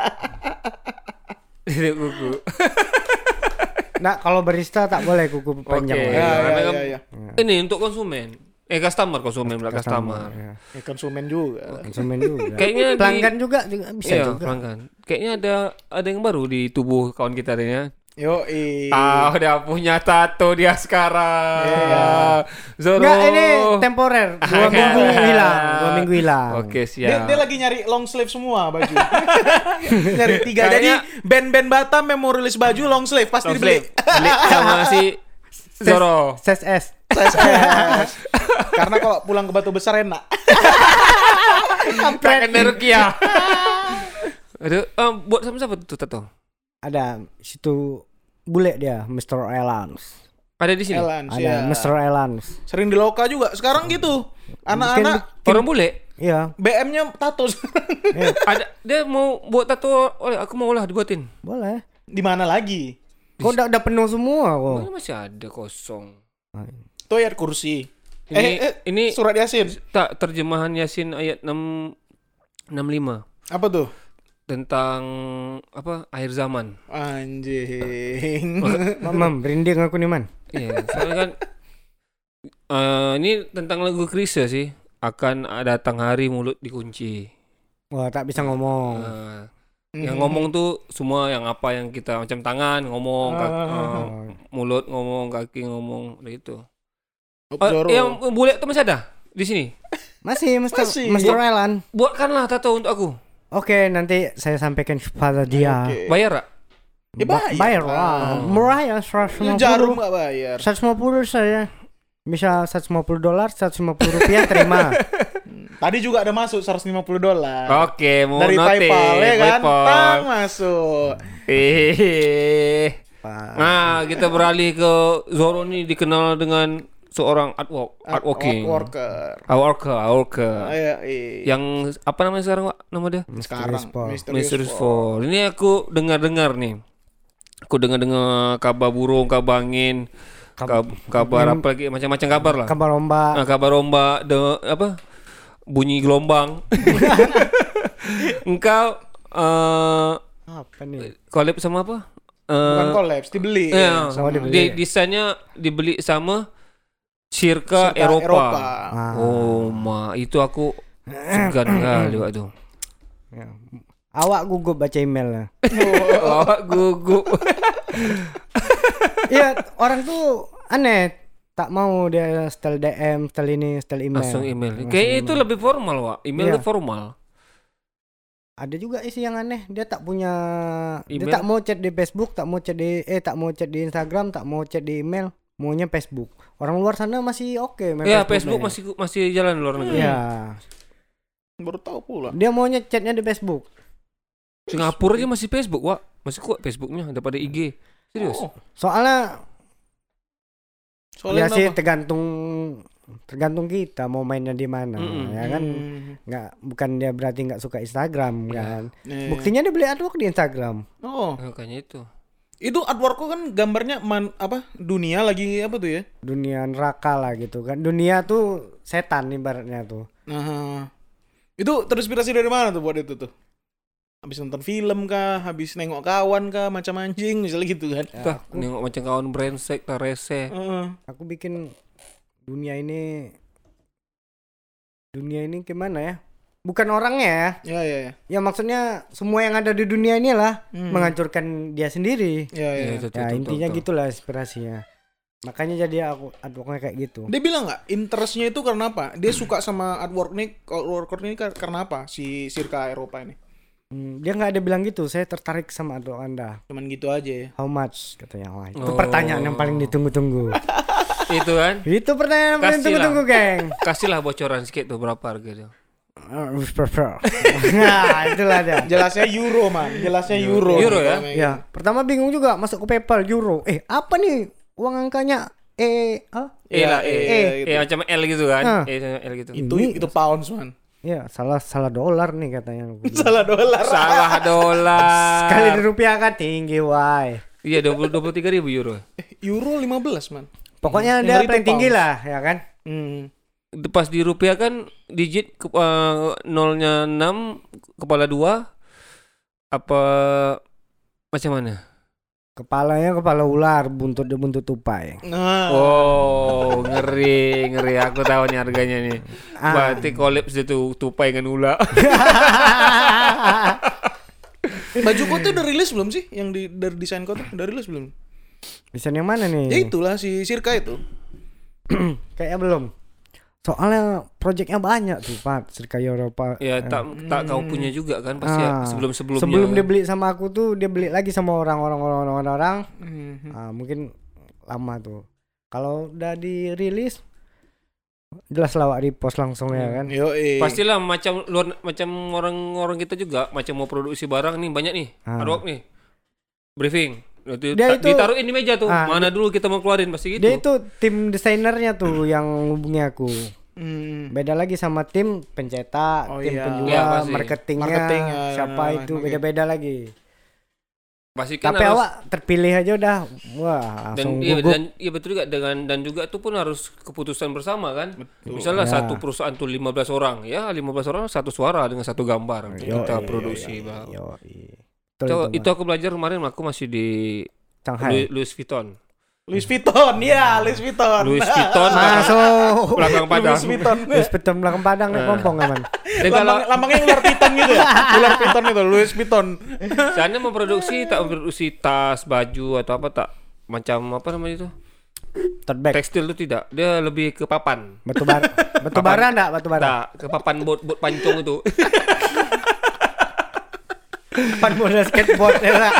Ini kuku. Nah, kalau barista tak boleh kuku panjang. Oke. Wak. Ya, Karena ya, kan- ya, ya. Ini untuk konsumen. Eh customer, konsumen pula customer. Ya. Ya, konsumen juga. Konsumen juga. Kayaknya di- pelanggan juga, juga bisa Iya, juga. pelanggan. Kayaknya ada ada yang baru di tubuh kawan kita ini ya. Yo, i. Ah, udah punya tato dia sekarang. Iya. Zoro. Enggak, ini temporer. Dua minggu hilang, dua minggu hilang. Oke, Dia, siap. dia lagi nyari long sleeve semua baju. Nyari tiga. Jadi Kayaknya- band-band Batam yang mau rilis baju long sleeve pasti Long dibeli. sleeve. Beli sama si Zoro. S S S. Karena kalau pulang ke Batu Besar enak. Kampret Rukia. Aduh, eh, buat sama siapa tuh tato? Ada situ bule dia, mister Elans. Ada di sini. Elans, Ada ya. mister Elans. Sering di Loka juga. Sekarang gitu. Anak-anak Orang bule. Iya, B M-nya tato. Ada dia mau buat tato oleh aku mau lah dibuatin. boleh. Di mana lagi? Kok udah udah penuh semua kok. Mana masih ada kosong. Tuh ya kursi. Ini eh, eh, ini surat Yasin. tak terjemahan Yasin ayat enam enam lima Apa tuh? tentang apa akhir zaman. Anjing. Mam, merinding aku nih, Man. Iya, soalnya kan eh, ini tentang lagu Krisya sih. Akan datang hari mulut dikunci. Wah, tak bisa ngomong. Nah, yang ngomong tuh semua yang apa yang kita macam tangan ngomong, kaki, eh, mulut ngomong, kaki ngomong, gitu. Oh, Eh, Zoro. yang bule tuh masih ada di sini. Masih, mister Masih. mister Elan. Buatkanlah tato untuk aku. Oke, nanti saya sampaikan kepada dia. Oke. Bayar tak? Ya Ba- bayar. bayar lah. Murah ya, seratus Lu lima jarum puluh. gak bayar. seratus lima puluh saya. Bisa seratus lima puluh dolar, seratus lima puluh rupiah terima. Tadi juga ada masuk seratus lima puluh dolar. Oke, mau Dari note, PayPal ya kan? PayPal. Tang masuk. Eh. Nah, kita beralih ke Zoro nih dikenal dengan seorang artwork, artworking. Worker. Artworker, artworker. Iya, iya. Yang apa namanya sekarang, Pak? Nama dia? Sekarang Paul. Mysterious Mysterious Paul. Fall. Ini aku dengar-dengar nih. Aku dengar-dengar kabar burung, kabar angin, kab- kabar apa lagi macam-macam kabar lah. Kabar ombak. Nah, kabar ombak, de, apa? Bunyi gelombang. Engkau eh Apa nih? collab sama apa? Eh, Bukan collapse, dibeli. Iya, Oh, dibeli. di, desainnya dibeli sama Circa, Serta Eropa. Eropa. Ah. Oh, ma, itu aku segan kali waktu. Ya. Awak gugup baca emailnya. Awak gugup. Iya, orang tuh aneh. Tak mau dia setel D M, setel ini, setel email. Langsung email. Langsung Kayak itu email. lebih formal, Wak. Email Iya. itu formal. Ada juga isi yang aneh. Dia tak punya, Email? dia tak mau chat di Facebook, tak mau chat di eh tak mau chat di Instagram, tak mau chat di email, maunya Facebook. Orang luar sana masih oke main Ya, Facebook dia. masih masih jalan di luar negeri. Iya. Baru tahu pula. Dia maunya chatnya di Facebook. Singapura aja masih Facebook, Wak. Masih kuat Facebooknya daripada I G. Serius. Oh, Soalnya soalnya ya sih kenapa? tergantung tergantung kita mau mainnya di mana, Mm-mm. ya kan. Hmm. Nggak, bukan dia berarti nggak suka Instagram kan. Nih. Buktinya dia beli artwork di Instagram. Oh, Makanya itu. itu artworkku kan gambarnya man, apa? Dunia lagi apa tuh ya? Dunia neraka lah gitu kan. Dunia tuh setan ibaratnya tuh. Nah, itu terinspirasi dari mana tuh buat itu tuh? Habis nonton film kah? Habis nengok kawan kah? Macam anjing misalnya gitu kan? Tah, nengok macam kawan brengsek, tak rese. Heeh. Aku bikin dunia ini dunia ini gimana ya? bukan orangnya ya. Ya ya ya. Ya maksudnya semua yang ada di dunia ini lah hmm. menghancurkan dia sendiri. Ya ya. itu, Ya itu, intinya itu, itu. gitulah inspirasinya. Makanya jadi aku artworknya kayak gitu. Dia bilang nggak interestnya itu karena apa? Dia suka sama artwork nih, artwork ini karena apa? Si Circa Eropa ini. Hmm, dia nggak ada bilang gitu. Saya tertarik sama artwork Anda. Cuman gitu aja ya. How much katanya. Wah, itu Oh. pertanyaan yang paling ditunggu-tunggu. Itu kan. Itu pertanyaan yang paling Kasih ditunggu-tunggu, geng. Kasihlah bocoran sedikit tuh berapa harga dia. Nah, itulah dia. Jelasnya euro man, jelasnya euro. Euro ya? Ya, pertama bingung juga masuk ke PayPal euro. Eh, apa nih uang angkanya? Eh, ah? E lah, E. E, E macam L gitu kan. Ah. E sama L gitu. Itu Ini- itu pounds man. Ya, salah salah dolar nih katanya. Salah dolar. Salah dolar. Sekali dirupiahkan tinggi, why? Iya, dua puluh tiga ribu euro. Euro lima belas man. Pokoknya Yang dia ngeri paling itu tinggi pounds. lah, ya kan? Hmm. Pas di rupiah kan digit ke, uh, nolnya enam, kepala dua, apa macam mana? Kepalanya kepala ular, buntutnya buntut tupai. Nah, Oh, ngeri, ngeri. Aku tahu nih harganya nih. Ah. Berarti kolaps itu tupai dengan ular. baju kau tuh udah rilis belum sih? Yang di dari desain kau tuh udah rilis belum? Desain yang mana nih? Ya itulah si Circa itu. Kayaknya belum. Soalnya proyeknya banyak tuh, Pak. Circa Eropa. Ya tak tak kau punya juga kan pasti ya, Ah. sebelum-sebelumnya. Sebelum dia beli sama aku tuh, dia beli lagi sama orang-orang orang-orang orang. Hmm. Ah, mungkin lama tuh. Kalau udah dirilis jelas lawak repost langsung ya kan. Yo eh. Pastilah macam luar macam orang-orang kita juga macam mau produksi barang nih banyak nih. Ah. Artwork nih. Briefing. Nanti Dia ta- itu- ditaruhin di meja tuh. Ah, Mana dulu kita mau keluarin pasti gitu. Dia itu tim desainernya tuh yang hubungi aku. Hmm. Beda lagi sama tim pencetak, Oh tim iya. penjual, Iya, pasti. marketingnya, Marketing, ya, siapa ya, itu oke. beda-beda lagi. Pasti kan Tapi harus awak terpilih aja udah, wah dan langsung iya, gugup. dan iya betul juga dengan dan juga itu pun harus keputusan bersama kan. Betul. Misalnya Ya. satu perusahaan tuh lima belas orang, ya lima belas orang satu suara dengan satu gambar untuk Yo, kita iya, produksi. iya, Bang. iya, iya. Itu, Betul, itu itu, aku belajar kemarin aku masih di Shanghai. Louis, Louis Vuitton. Louis Vuitton, ya Louis Vuitton. Louis Vuitton Masuk. belakang padang. Louis Vuitton. Terus betul belakang padang nih pompong aman. Dan kalau Lambang, lambangnya ular piton gitu ya. Ular piton itu Louis Vuitton. sana memproduksi tak memproduksi tas, baju atau apa tak macam apa namanya itu? Tote bag. Tekstil itu tidak. Dia lebih ke papan. Batu bara. Batu bara enggak? Batu bara. Tak, ke papan bot bot pancong itu. Pan bola skateboard ya lah.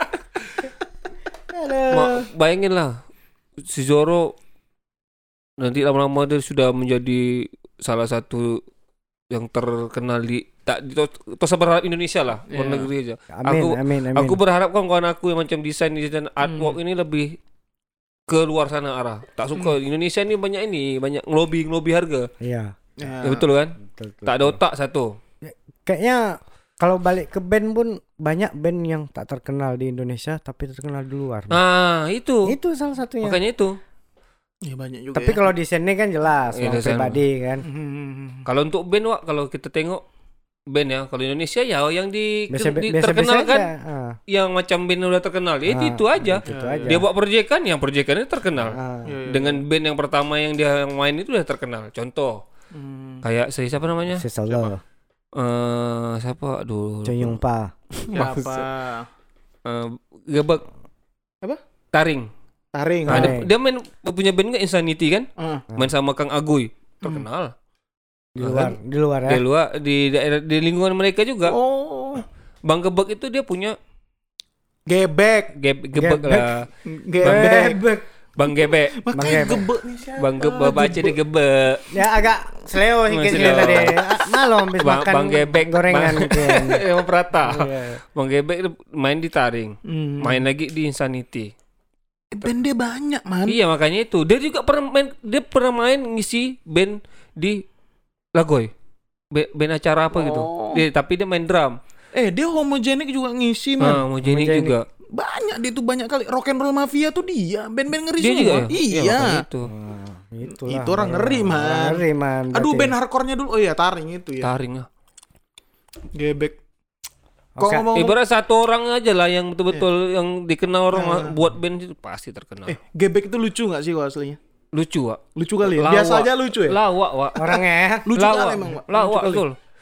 Ma, bayangin lah si Zoro nanti lama-lama dia sudah menjadi salah satu yang terkenal di tak di tos berharap Indonesia lah luar Yeah. negeri aja. Amin, aku amin, amin. aku berharap kawan-kawan aku yang macam desain desain artwork ini lebih ke luar sana arah. Tak suka Indonesia ini banyak ini banyak ngelobi ngelobi harga. Iya. Ya, betul kan? Betul, betul. Tak ada otak satu. Kayaknya kalau balik ke band pun banyak band yang tak terkenal di Indonesia tapi terkenal di luar. Nah, itu. Itu salah satunya. Makanya itu. Ya banyak juga. Tapi ya. kalau desainnya kan jelas, Iya, orang desain. pribadi kan. Hmm. Kalau untuk band Wak, kalau kita tengok band ya, kalau Indonesia ya yang di, Biasa, di biasa, terkenal biasa kan aja. Ah, yang macam band udah terkenal ya itu, Ah, itu aja. itu aja. Dia buat proyekan yang proyekannya terkenal. ah. Ya, ya. Dengan band yang pertama yang dia main itu udah terkenal. Contoh Hmm. kayak saya siapa namanya? Sesalo, Eh siapa? Aduh. Coyong Pa. Siapa? Eh, Gebek. Apa? Taring. Taring. Nah, dia, Taring. dia main punya band nggak Insanity kan? Ah. Main sama Kang Agoy. Terkenal. Di luar, di luar ya. Di luar di daerah di lingkungan mereka juga. Oh. Bang Gebek itu dia punya Gebek. ge- gebek Gebek. lah. Gebek. Gebek. Bang Gebek. Makanya Gebek. gebek nih siapa? Bang Gebek baca di Gebek. Ya agak seleo Masih sedikit lewat. tadi. Ah, Malu habis Bang, makan Bang Gebek gorengan Bang, mungkin. Yang Prata. Iya. Bang Gebek itu main di Taring. Hmm. Main lagi di Insanity. Band dia banyak man. Iya makanya itu. Dia juga pernah main dia pernah main ngisi band di Lagoy. Be- band acara apa gitu. Oh. Dia, tapi dia main drum. Eh dia homogenik juga ngisi man. Ah, mau Jenny Homogenik. juga. Banyak dia tuh banyak kali. Rock and Roll Mafia tuh dia. Band-band ngeri Dia semua. juga ya? Iya. makanya itu. Wah, itulah. Itu orang ngeri, man. Orang Ngeri man. Aduh berarti. band hardcore-nya dulu. Oh iya Taring itu ya. Taring lah. Gebek. Kok Oke. ngomong Ibarat satu orang aja lah yang betul-betul yang dikenal orang Nah. buat band itu pasti terkenal. Eh Gebek itu lucu gak sih kok aslinya? Lucu, Wak. Lucu kali ya? Lawak. Biasa aja lucu ya? Lawak, Wak. Orangnya ya. Lucu Lawak. kali emang Wak. Lucu Lawak kali. betul.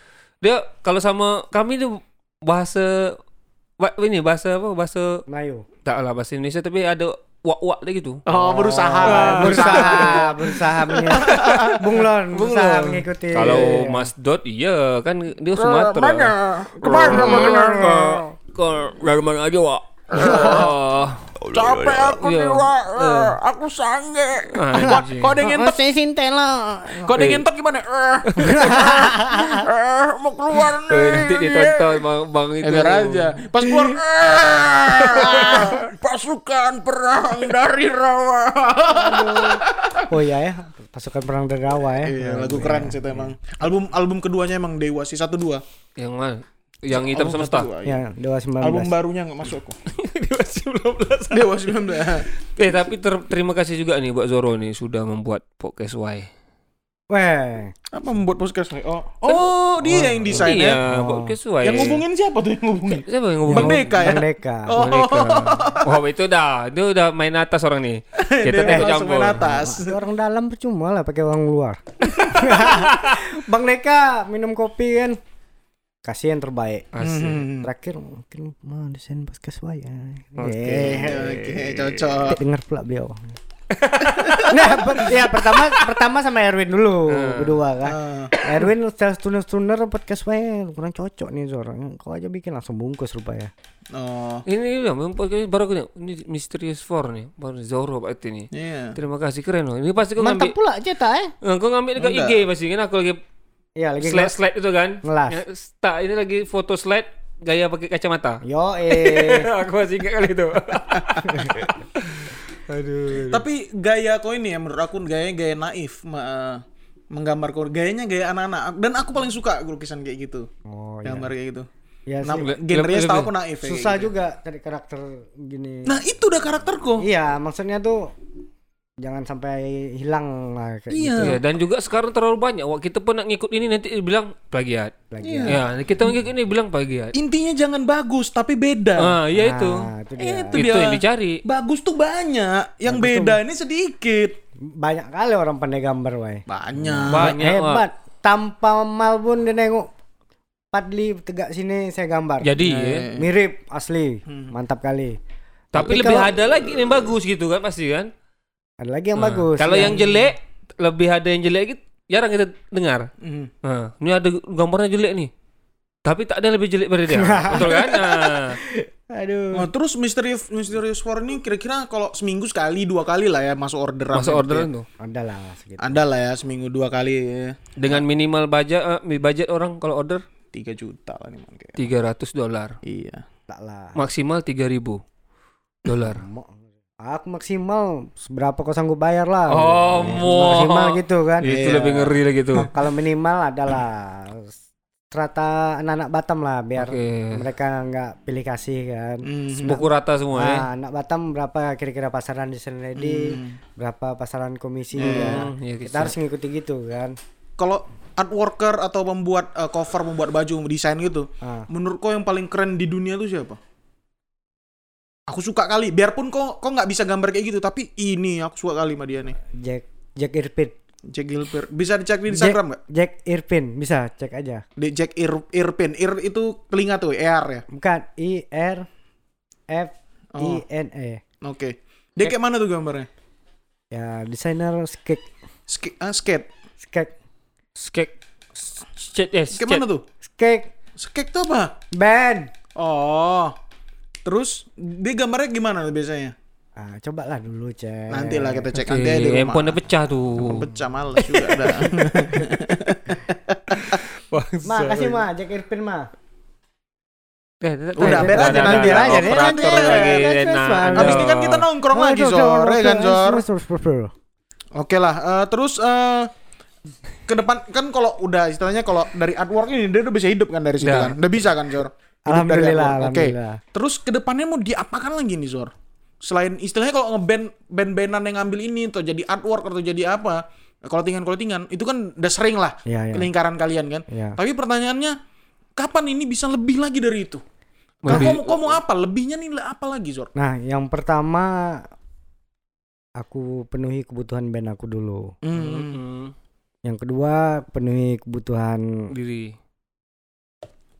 Dia kalau sama kami tuh bahasa ba- ini bahasa apa? Bahasa Melayu. tak lah bahasa Indonesia tapi ada wak-wak dia gitu. Oh, berusaha. Ah, berusaha, berusaha mengikuti. Bunglon, berusaha Bunglon. mengikuti. Kalau Mas Dot iya kan dia Sumatera. Mana? Kemana sebenarnya? Ke dari mana aja, Wak? Oh, Capek aku Iya. nih, Wak. Eh, Aku sange. anjing. Kok ada yang ngentot? saya sintela. Kok ada yang ngentot gimana? Eh, eh, mau keluar Eh, nih. nanti ditonton bang, bang itu. Eh, biar aja. Pas keluar, eh, pasukan perang dari Rawa. Oh iya ya, pasukan perang dari Rawa ya. Iya, lagu keren sih itu emang. Album album keduanya emang Dewa sih satu dua. Yang mana? Yang hitam Album semesta. satu dua, iya. Ya, Dewa sembilan belas. Album barunya nggak masuk kok. Dewa sembilan belas. Dewa sembilan belas. Eh tapi ter- terima kasih juga nih buat Zoro nih sudah membuat podcast Y. Weh, Apa membuat podcast? Oh, oh dia yang desain ya. Iya, Oh. podcast Y. Yang ngubungin siapa tuh yang ngubungin? Siapa yang ngubungin? Bang Deka ya. Bang Deka. Oh. Bang Deka. Wah itu dah, itu udah main atas orang nih. Kita Dia tengok langsung campur. main atas. Orang dalam percuma lah pakai orang luar. Bang Deka minum kopi kan. Kasih yang terbaik. Asik. Hmm. Terakhir mungkin mau desain podcast ya. Oke. Oke, cocok. Dengar pula beliau. Nah, per- ya pertama pertama sama Erwin dulu, berdua kan. Ah. Erwin secara tuner-tuner podcast wae kurang cocok nih seorang. Kau aja bikin langsung bungkus rupanya. Oh. Ini udah podcast baru aku nih. Ini Mysterious Four nih, baru Zoro berarti nih. Iya. Terima kasih keren loh. Ini pasti kau Mantap ngambil. pula cetak eh. Eh, Kau ngambil dekat I Enggak. G pasti kan aku lagi Iya lagi slide slide itu kan. ngelas. Ya, tak ini lagi foto slide gaya pakai kacamata. Yo eh. Aku masih ingat kali itu. Aduh. Tapi gaya kau ini ya menurut aku gayanya gaya naif, ma- menggambar kau gayanya gaya anak-anak. Dan aku paling suka lukisan kayak gitu. Oh iya. Gambar kayak gitu. Ya Nah, sih. genrenya lebih- setahu aku naif ya, Susah kayak gitu. juga cari karakter gini. Nah, itu udah karakterku. Iya, maksudnya tuh jangan sampai hilang lah kayak Iya. gitu. Ya, dan juga sekarang terlalu banyak. Wah, kita pun nak ngikut ini nanti bilang plagiat. Plagiat. Ya, kita ngikut ini bilang plagiat. Intinya jangan bagus tapi beda. Ah, iya itu. Nah, itu dia. Itu Itu dia. yang dicari. Bagus tuh banyak, yang beda ini sedikit. Banyak kali orang pandai gambar, wai. Banyak. Banyak, Hebat. Tanpa mal pun dia nengok Padli tegak sini saya gambar. Jadi Nah, ya. Mirip asli. Mantap kali. Tapi, Tapi lebih kalau- ada lagi yang bagus gitu kan pasti kan. Ada lagi yang Ah, bagus. Kalau yang jelek lebih ada yang jelek gitu jarang kita dengar. Hmm. Nah, ini ada gambarnya jelek nih. Tapi tak ada yang lebih jelek dari dia. Betul kan? Nah, Aduh. Nah, terus Mysterious Mysterious Four ini kira-kira kalau seminggu sekali, dua kali lah ya masuk orderan. masuk gitu orderan ya. tuh. Ada lah segitu. Ada lah ya seminggu dua kali ya. Dengan minimal budget eh, budget orang kalau order tiga juta lah nih man, kayak. tiga ratus dolar. Iya. Tak lah. Maksimal tiga ribu dolar. Mo- Aku maksimal seberapa kau sanggup bayar lah. Oh, Maksimal gitu kan. Itu Iya. lebih ngeri lagi tuh. Kalau minimal adalah strata anak-anak Batam lah biar Oke. mereka nggak pilih kasih kan. Hmm. Pukul rata semua ya. Nah, anak Batam berapa kira-kira pasaran di ready, berapa pasaran komisi kan. iya, Kita harus ngikuti gitu kan. Kalau artworker atau membuat uh, cover, membuat baju, desain gitu. Ah. Menurut kau yang paling keren di dunia tuh siapa? Aku suka kali, biarpun kau kau nggak bisa gambar kayak gitu, tapi ini aku suka kali sama dia nih. Jack Jack Irvin. Jack Gilbert. Bisa dicek di Instagram nggak? Jack, Jack Irvin bisa cek aja. Di Jack Ir Irpin. Ir itu telinga tuh, E R ya. Bukan I R F I N E. Oke. Dia kayak mana tuh gambarnya? Ya desainer skate Sk- ah, skate. skate Skate skate eh Kayak mana tuh? skate Skate tuh apa? band. Oh. Terus dia gambarnya gimana tuh biasanya? Ah, cobalah dulu cek. Nanti lah kita cek Oke, nanti aja di rumah. handphone udah pecah tuh. Pecah males juga ada. Ma, kasih ma, Jack Irvin ma. Eh, dah- Udah, dah- biar dah- aja dah- nanti dah- aja, dah- deh, operator nanti lagi aja. enak. Habis ini kan kita nongkrong lagi, Zor, ya kan, Zor? Oke lah, eh, terus eh ke depan kan kalau udah istilahnya kalau dari artwork ini dia udah bisa hidup kan dari situ Ya. kan. Udah bisa kan, Zor? Hidup dari Alhamdulillah, artwork. Oke. alhamdulillah. Terus ke depannya mau diapakan lagi nih, Zor? Selain istilahnya kalau ngeband band-bandan yang ngambil ini atau jadi artwork atau jadi apa? Clothingan-clothingan itu kan udah sering lah Iya, iya. lingkaran kalian kan. Iya. Tapi pertanyaannya kapan ini bisa lebih lagi dari itu? Kau Lebih- mau, kau mau apa? Lebihnya nih apa lagi, Zor? Nah, yang pertama aku penuhi kebutuhan band aku dulu. Hmm. Hmm, Yang kedua penuhi kebutuhan diri.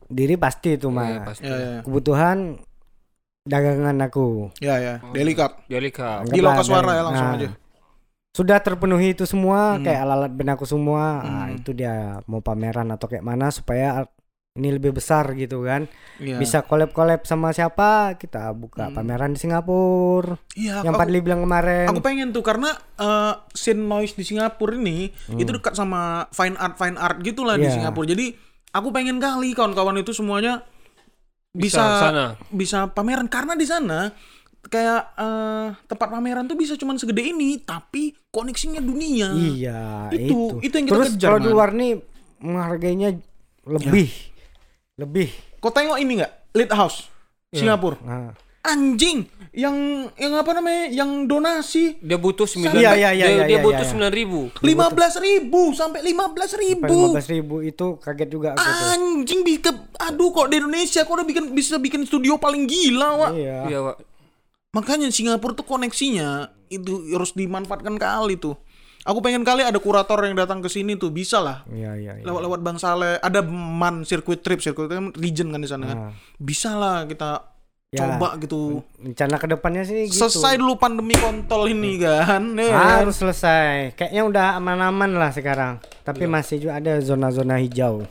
diri pasti itu Iya, mah. pasti. Ya, ya. Kebutuhan dagangan aku. Ya, ya. Daily Cup. Daily Cup. Di Anggaplah Loka Suara dari- ya langsung nah, aja. Sudah terpenuhi itu semua, Hmm. kayak alat-alat band aku semua. Nah, Hmm. itu dia mau pameran atau kayak mana supaya ini lebih besar gitu kan. Iya. Bisa collab-collab sama siapa, kita buka Hmm. pameran di Singapura. Iya, Yang aku, Padli bilang kemarin. aku pengen tuh karena eh, scene noise di Singapura ini Hmm. itu dekat sama fine art fine art gitulah di Iya. Singapura. Jadi aku pengen kali kawan-kawan itu semuanya Bisa bisa sana. bisa pameran karena di sana kayak eh, tempat pameran tuh bisa cuman segede ini tapi koneksinya dunia. Iya, Itu- itu. itu yang kita Terus kejar, kalau di Man. luar nih menghargainya lebih. Lebih. Kau tengok ini nggak? Lighthouse Iya. Singapura. Nah. Anjing, yang yang apa namanya? Yang donasi Dia butuh sembilan. Iya, iya, iya, dia, iya, dia iya, butuh iya. sembilan ribu. lima belas ribu sampai lima belas Sampai ribu. lima belas ribu itu kaget juga aku tuh. Anjing bikin, aduh kok di Indonesia kok udah bikin bisa bikin studio paling gila, Wak. Iya. Iya, Pak. Makanya Singapura tuh koneksinya itu harus dimanfaatkan kali tuh. Aku pengen kali ada kurator yang datang ke sini tuh, bisa lah. Iya, iya, iya. Lewat-lewat Bang Saleh, ada Man circuit trip, circuit trip region kan di sana kan. Nah. Bisa lah kita Ya, coba gitu. rencana kedepannya sih gitu. Selesai dulu pandemi kontol ini kan. Ya kan? Harus selesai. Kayaknya udah aman-aman lah sekarang. Tapi masih juga ada zona-zona hijau.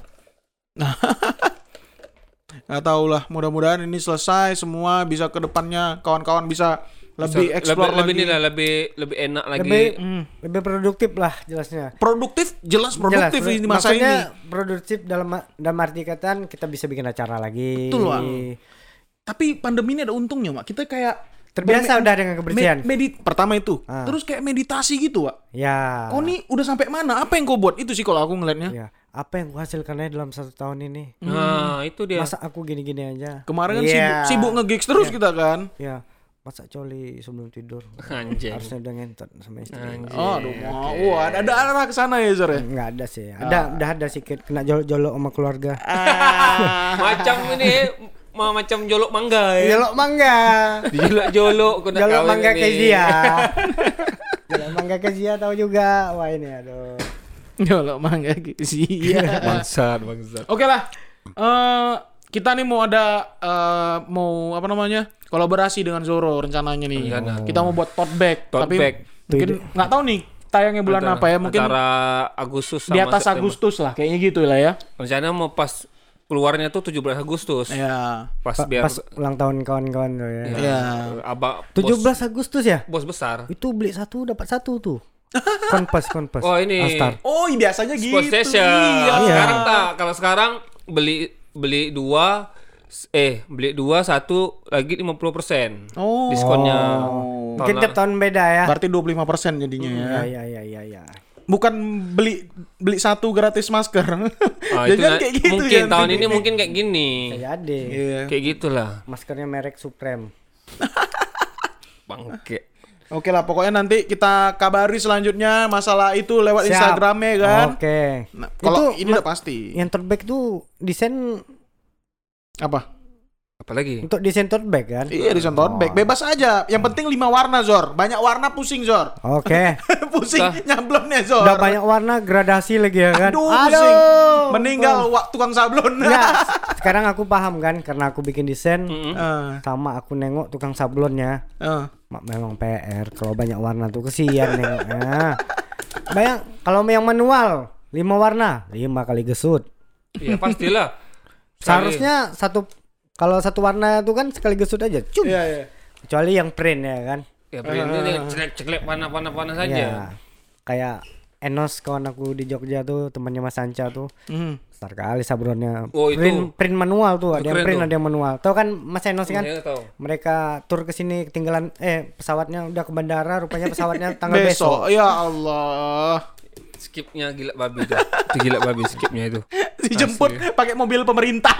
Nggak tahu lah, mudah-mudahan ini selesai semua bisa ke depannya kawan-kawan bisa lebih Bisa- explore lebih, lebih lagi. ini lah, lebih lebih enak lagi. Lebih Hmm. lebih produktif lah jelasnya. Produktif, jelas produktif Jelas, ini masa maksudnya ini. produktif dalam dalam arti kataan kita bisa bikin acara lagi. Betul, Wak. Tapi pandemi ini ada untungnya, Mak. Kita kayak Terbiasa berme- udah dengan kebersihan. med- medit pertama itu. Ah. Terus kayak meditasi gitu, Wak. Ya. Kau nih udah sampai mana? Apa yang kau buat? Itu sih kalau aku ngeliatnya. Ya. Apa yang kuhasilkan aja dalam satu tahun ini? Nah, itu dia. Masa aku gini-gini aja? Kemarin kan Iya. sibuk, sibuk nge-gigs terus kita kan. Ya. Masa coli sebelum tidur? Anjing. Harusnya udah ngentot sama istri. Anjing. Oh, aduh, mau. Wah, ada ada arah ke sana ya, Zor ya? Enggak ada sih. Ada udah ada sedikit kena jolok-jolok sama keluarga. Ah. Macam ini ma macam jolok mangga ya. Jolok mangga. Jolok-jolok kena Jolok kawin mangga ini. kezia. Jolok mangga kezia tahu juga. Wah ini aduh. Nyolok mangga sih. Bangsat, bangsat. Oke lah. Eh kita nih mau ada eh, mau apa namanya? Kolaborasi dengan Zoro rencananya nih. Rencana. Kita mau buat tote bag, Tote tapi bag. mungkin nggak tahu nih tayangnya bulan Antara- apa ya? Mungkin antara Agustus di sama atas September. Agustus lah, kayaknya gitu lah ya. Rencana mau pas keluarnya tuh tujuh belas Agustus. Ya. Pas Pa- biar Pas ulang tahun kawan-kawan tuh ya. ya, Ya. Abang tujuh bos, belas Agustus ya? bos besar. Itu beli satu dapat satu tuh. Konpas konpas. Oh, ini Alstar. Oh, biasanya gitu. Sport Station. Iya. Sekarang tak, kalau sekarang beli beli dua eh beli dua satu lagi lima puluh persen Oh. diskonnya. Oh. Mungkin tiap tahun beda ya. Berarti dua puluh lima persen jadinya ya. Ya ya ya ya ya. Bukan beli beli satu gratis masker. Ah, Jadi itu kan na- kayak gitu mungkin ya, tahun nanti. ini mungkin kayak gini. Jadi Iya. Kayak gitulah. maskernya merek Supreme. Bangke. Oke lah, pokoknya nanti kita kabari selanjutnya masalah itu lewat Siap. Instagramnya kan. Oke. Nah, kalau Itu ini ma- udah pasti. Yang tote bag tuh desain Apa? Apalagi? untuk desain tote bag kan? Iya, di tote bag. Bebas aja. Yang penting lima warna, Zor. Banyak warna pusing, Zor. Oke. pusing Dah. nyablonnya, Zor. Udah banyak warna gradasi lagi ya kan? Aduh, pusing. Meninggal wak tukang sablon. Enggak, sekarang aku paham kan karena aku bikin desain Mm-mm. Eh, sama aku nengok tukang sablonnya. eh. Mak memang P R kalau banyak warna tuh kesian nengoknya. Bayang kalau yang manual lima warna, lima kali gesut. Ya pastilah. Seharusnya satu kalau satu warna itu kan sekali gesut aja. Cum. Iya, iya. Kecuali yang print ya kan. Ya print ini celek-celek panah-panah-panah saja. Ya. Kayak Enos kawan aku di Jogja tuh temannya Mas Sanca tuh. Hmm. Besar kali sablonnya. Oh, itu. print print manual tuh, ada yang keren print tuh. ada yang manual. Tahu kan Mas Enos kan? Saya tahu. Mereka tur ke sini ketinggalan eh pesawatnya udah ke bandara, rupanya pesawatnya tanggal Besok. besok. Ya Allah. Skipnya gila babi tuh. Itu gila babi skipnya itu. Dijemput pakai mobil pemerintah.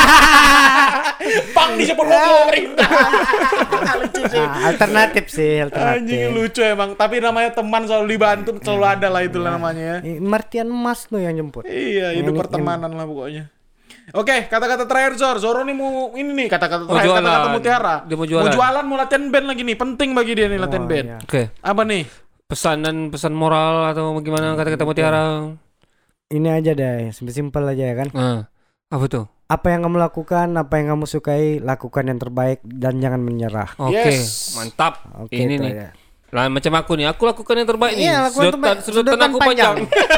Pang dijemput mobil pemerintah. Lucu sih. Nah, alternatif sih, alternatif. Anjing lucu emang. Tapi namanya teman selalu dibantu, selalu ada lah itu namanya ya. Eh, Martian Mas tuh yang jemput. Iya, hidup Ini- pertemanan lah pokoknya. Oke, kata-kata terakhir Zor. Zoro nih mau ini nih kata-kata Mau terakhir, jualan. kata-kata mutiara. Dia mau jualan. mau latihan band lagi nih. Penting bagi dia nih latihan Oh, band. iya. Oke. Apa nih? Pesanan pesan moral atau bagaimana kata-kata mutiara? Ini aja deh, simpel-simpel aja ya kan. Nah, Apa tuh? Apa yang kamu lakukan, apa yang kamu sukai, lakukan yang terbaik dan jangan menyerah. Oke, Yes. mantap. Oke, Ini itu nih. aja. Lah macam aku nih, aku lakukan yang terbaik nih. Iya, lakukan yang Sedotan, terbaik. sedotan Sedotan aku panjang.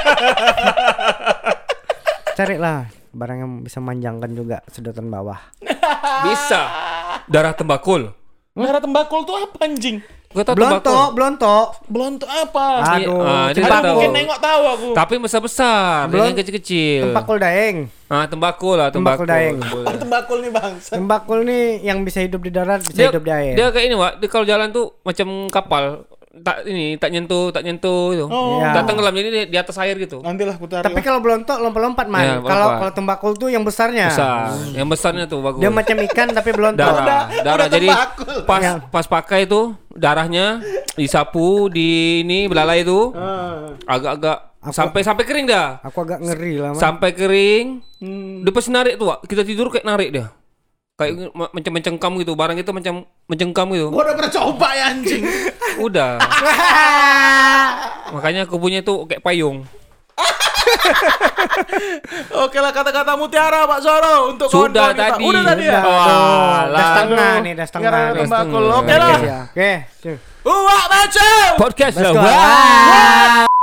panjang. Carilah barang yang bisa manjangkan juga sedotan bawah. Bisa. Darah tembakul. Darah tembakul tuh apa anjing? Gua tahu Blonto, tembakul. blonto. Belum tuh apa? Aduh, Ah, dia Ada tak tahu. mungkin nengok tahu aku. Tapi besar-besar, Belum. dengan kecil-kecil. Tembakul daeng. Ah, tembakul lah, tembakul. Tembakul daeng. Boleh. Apa tembakul nih bang? Tembakul nih yang bisa hidup di darat, bisa Dia, hidup di air. dia kayak ini, Wak. Dia kalau jalan tuh macam kapal. Tak ini, tak nyentuh, tak nyentuh gitu. Oh. Iya. Tak tenggelam jadi dia di atas air gitu. Nantilah putar. Tapi kalau blonto lompat-lompat man. Ya, Kalau lompat. kalau tembakul tuh yang besarnya. Besar. Yang besarnya tuh bagus. Dia macam ikan tapi blonto. darah, darah. udah Jadi tembakul. pas Ya. pas pakai itu darahnya disapu di ini belalai itu Ah. agak-agak sampai sampai kering dah. Aku agak ngeri lah man. Sampai kering. Hmm. Dia pas narik tuh, Wak. Kita tidur kayak narik dia. Kayak ma- macam mencengkam gitu, barang itu macam mencengkam gitu. Gua udah pernah coba ya anjing. Udah. Makanya aku punya itu kayak payung. Oke lah kata-kata mutiara Pak Soro untuk Sudah kawan-kawan kita. tadi. Udah tadi ya. Udah, Wah, udah lah. setengah nih, udah setengah. Gara-gara nih. tembakul. setengah. Oke lah. Ya, oke. Uwak macam. Podcast Let's lah. go. Wah.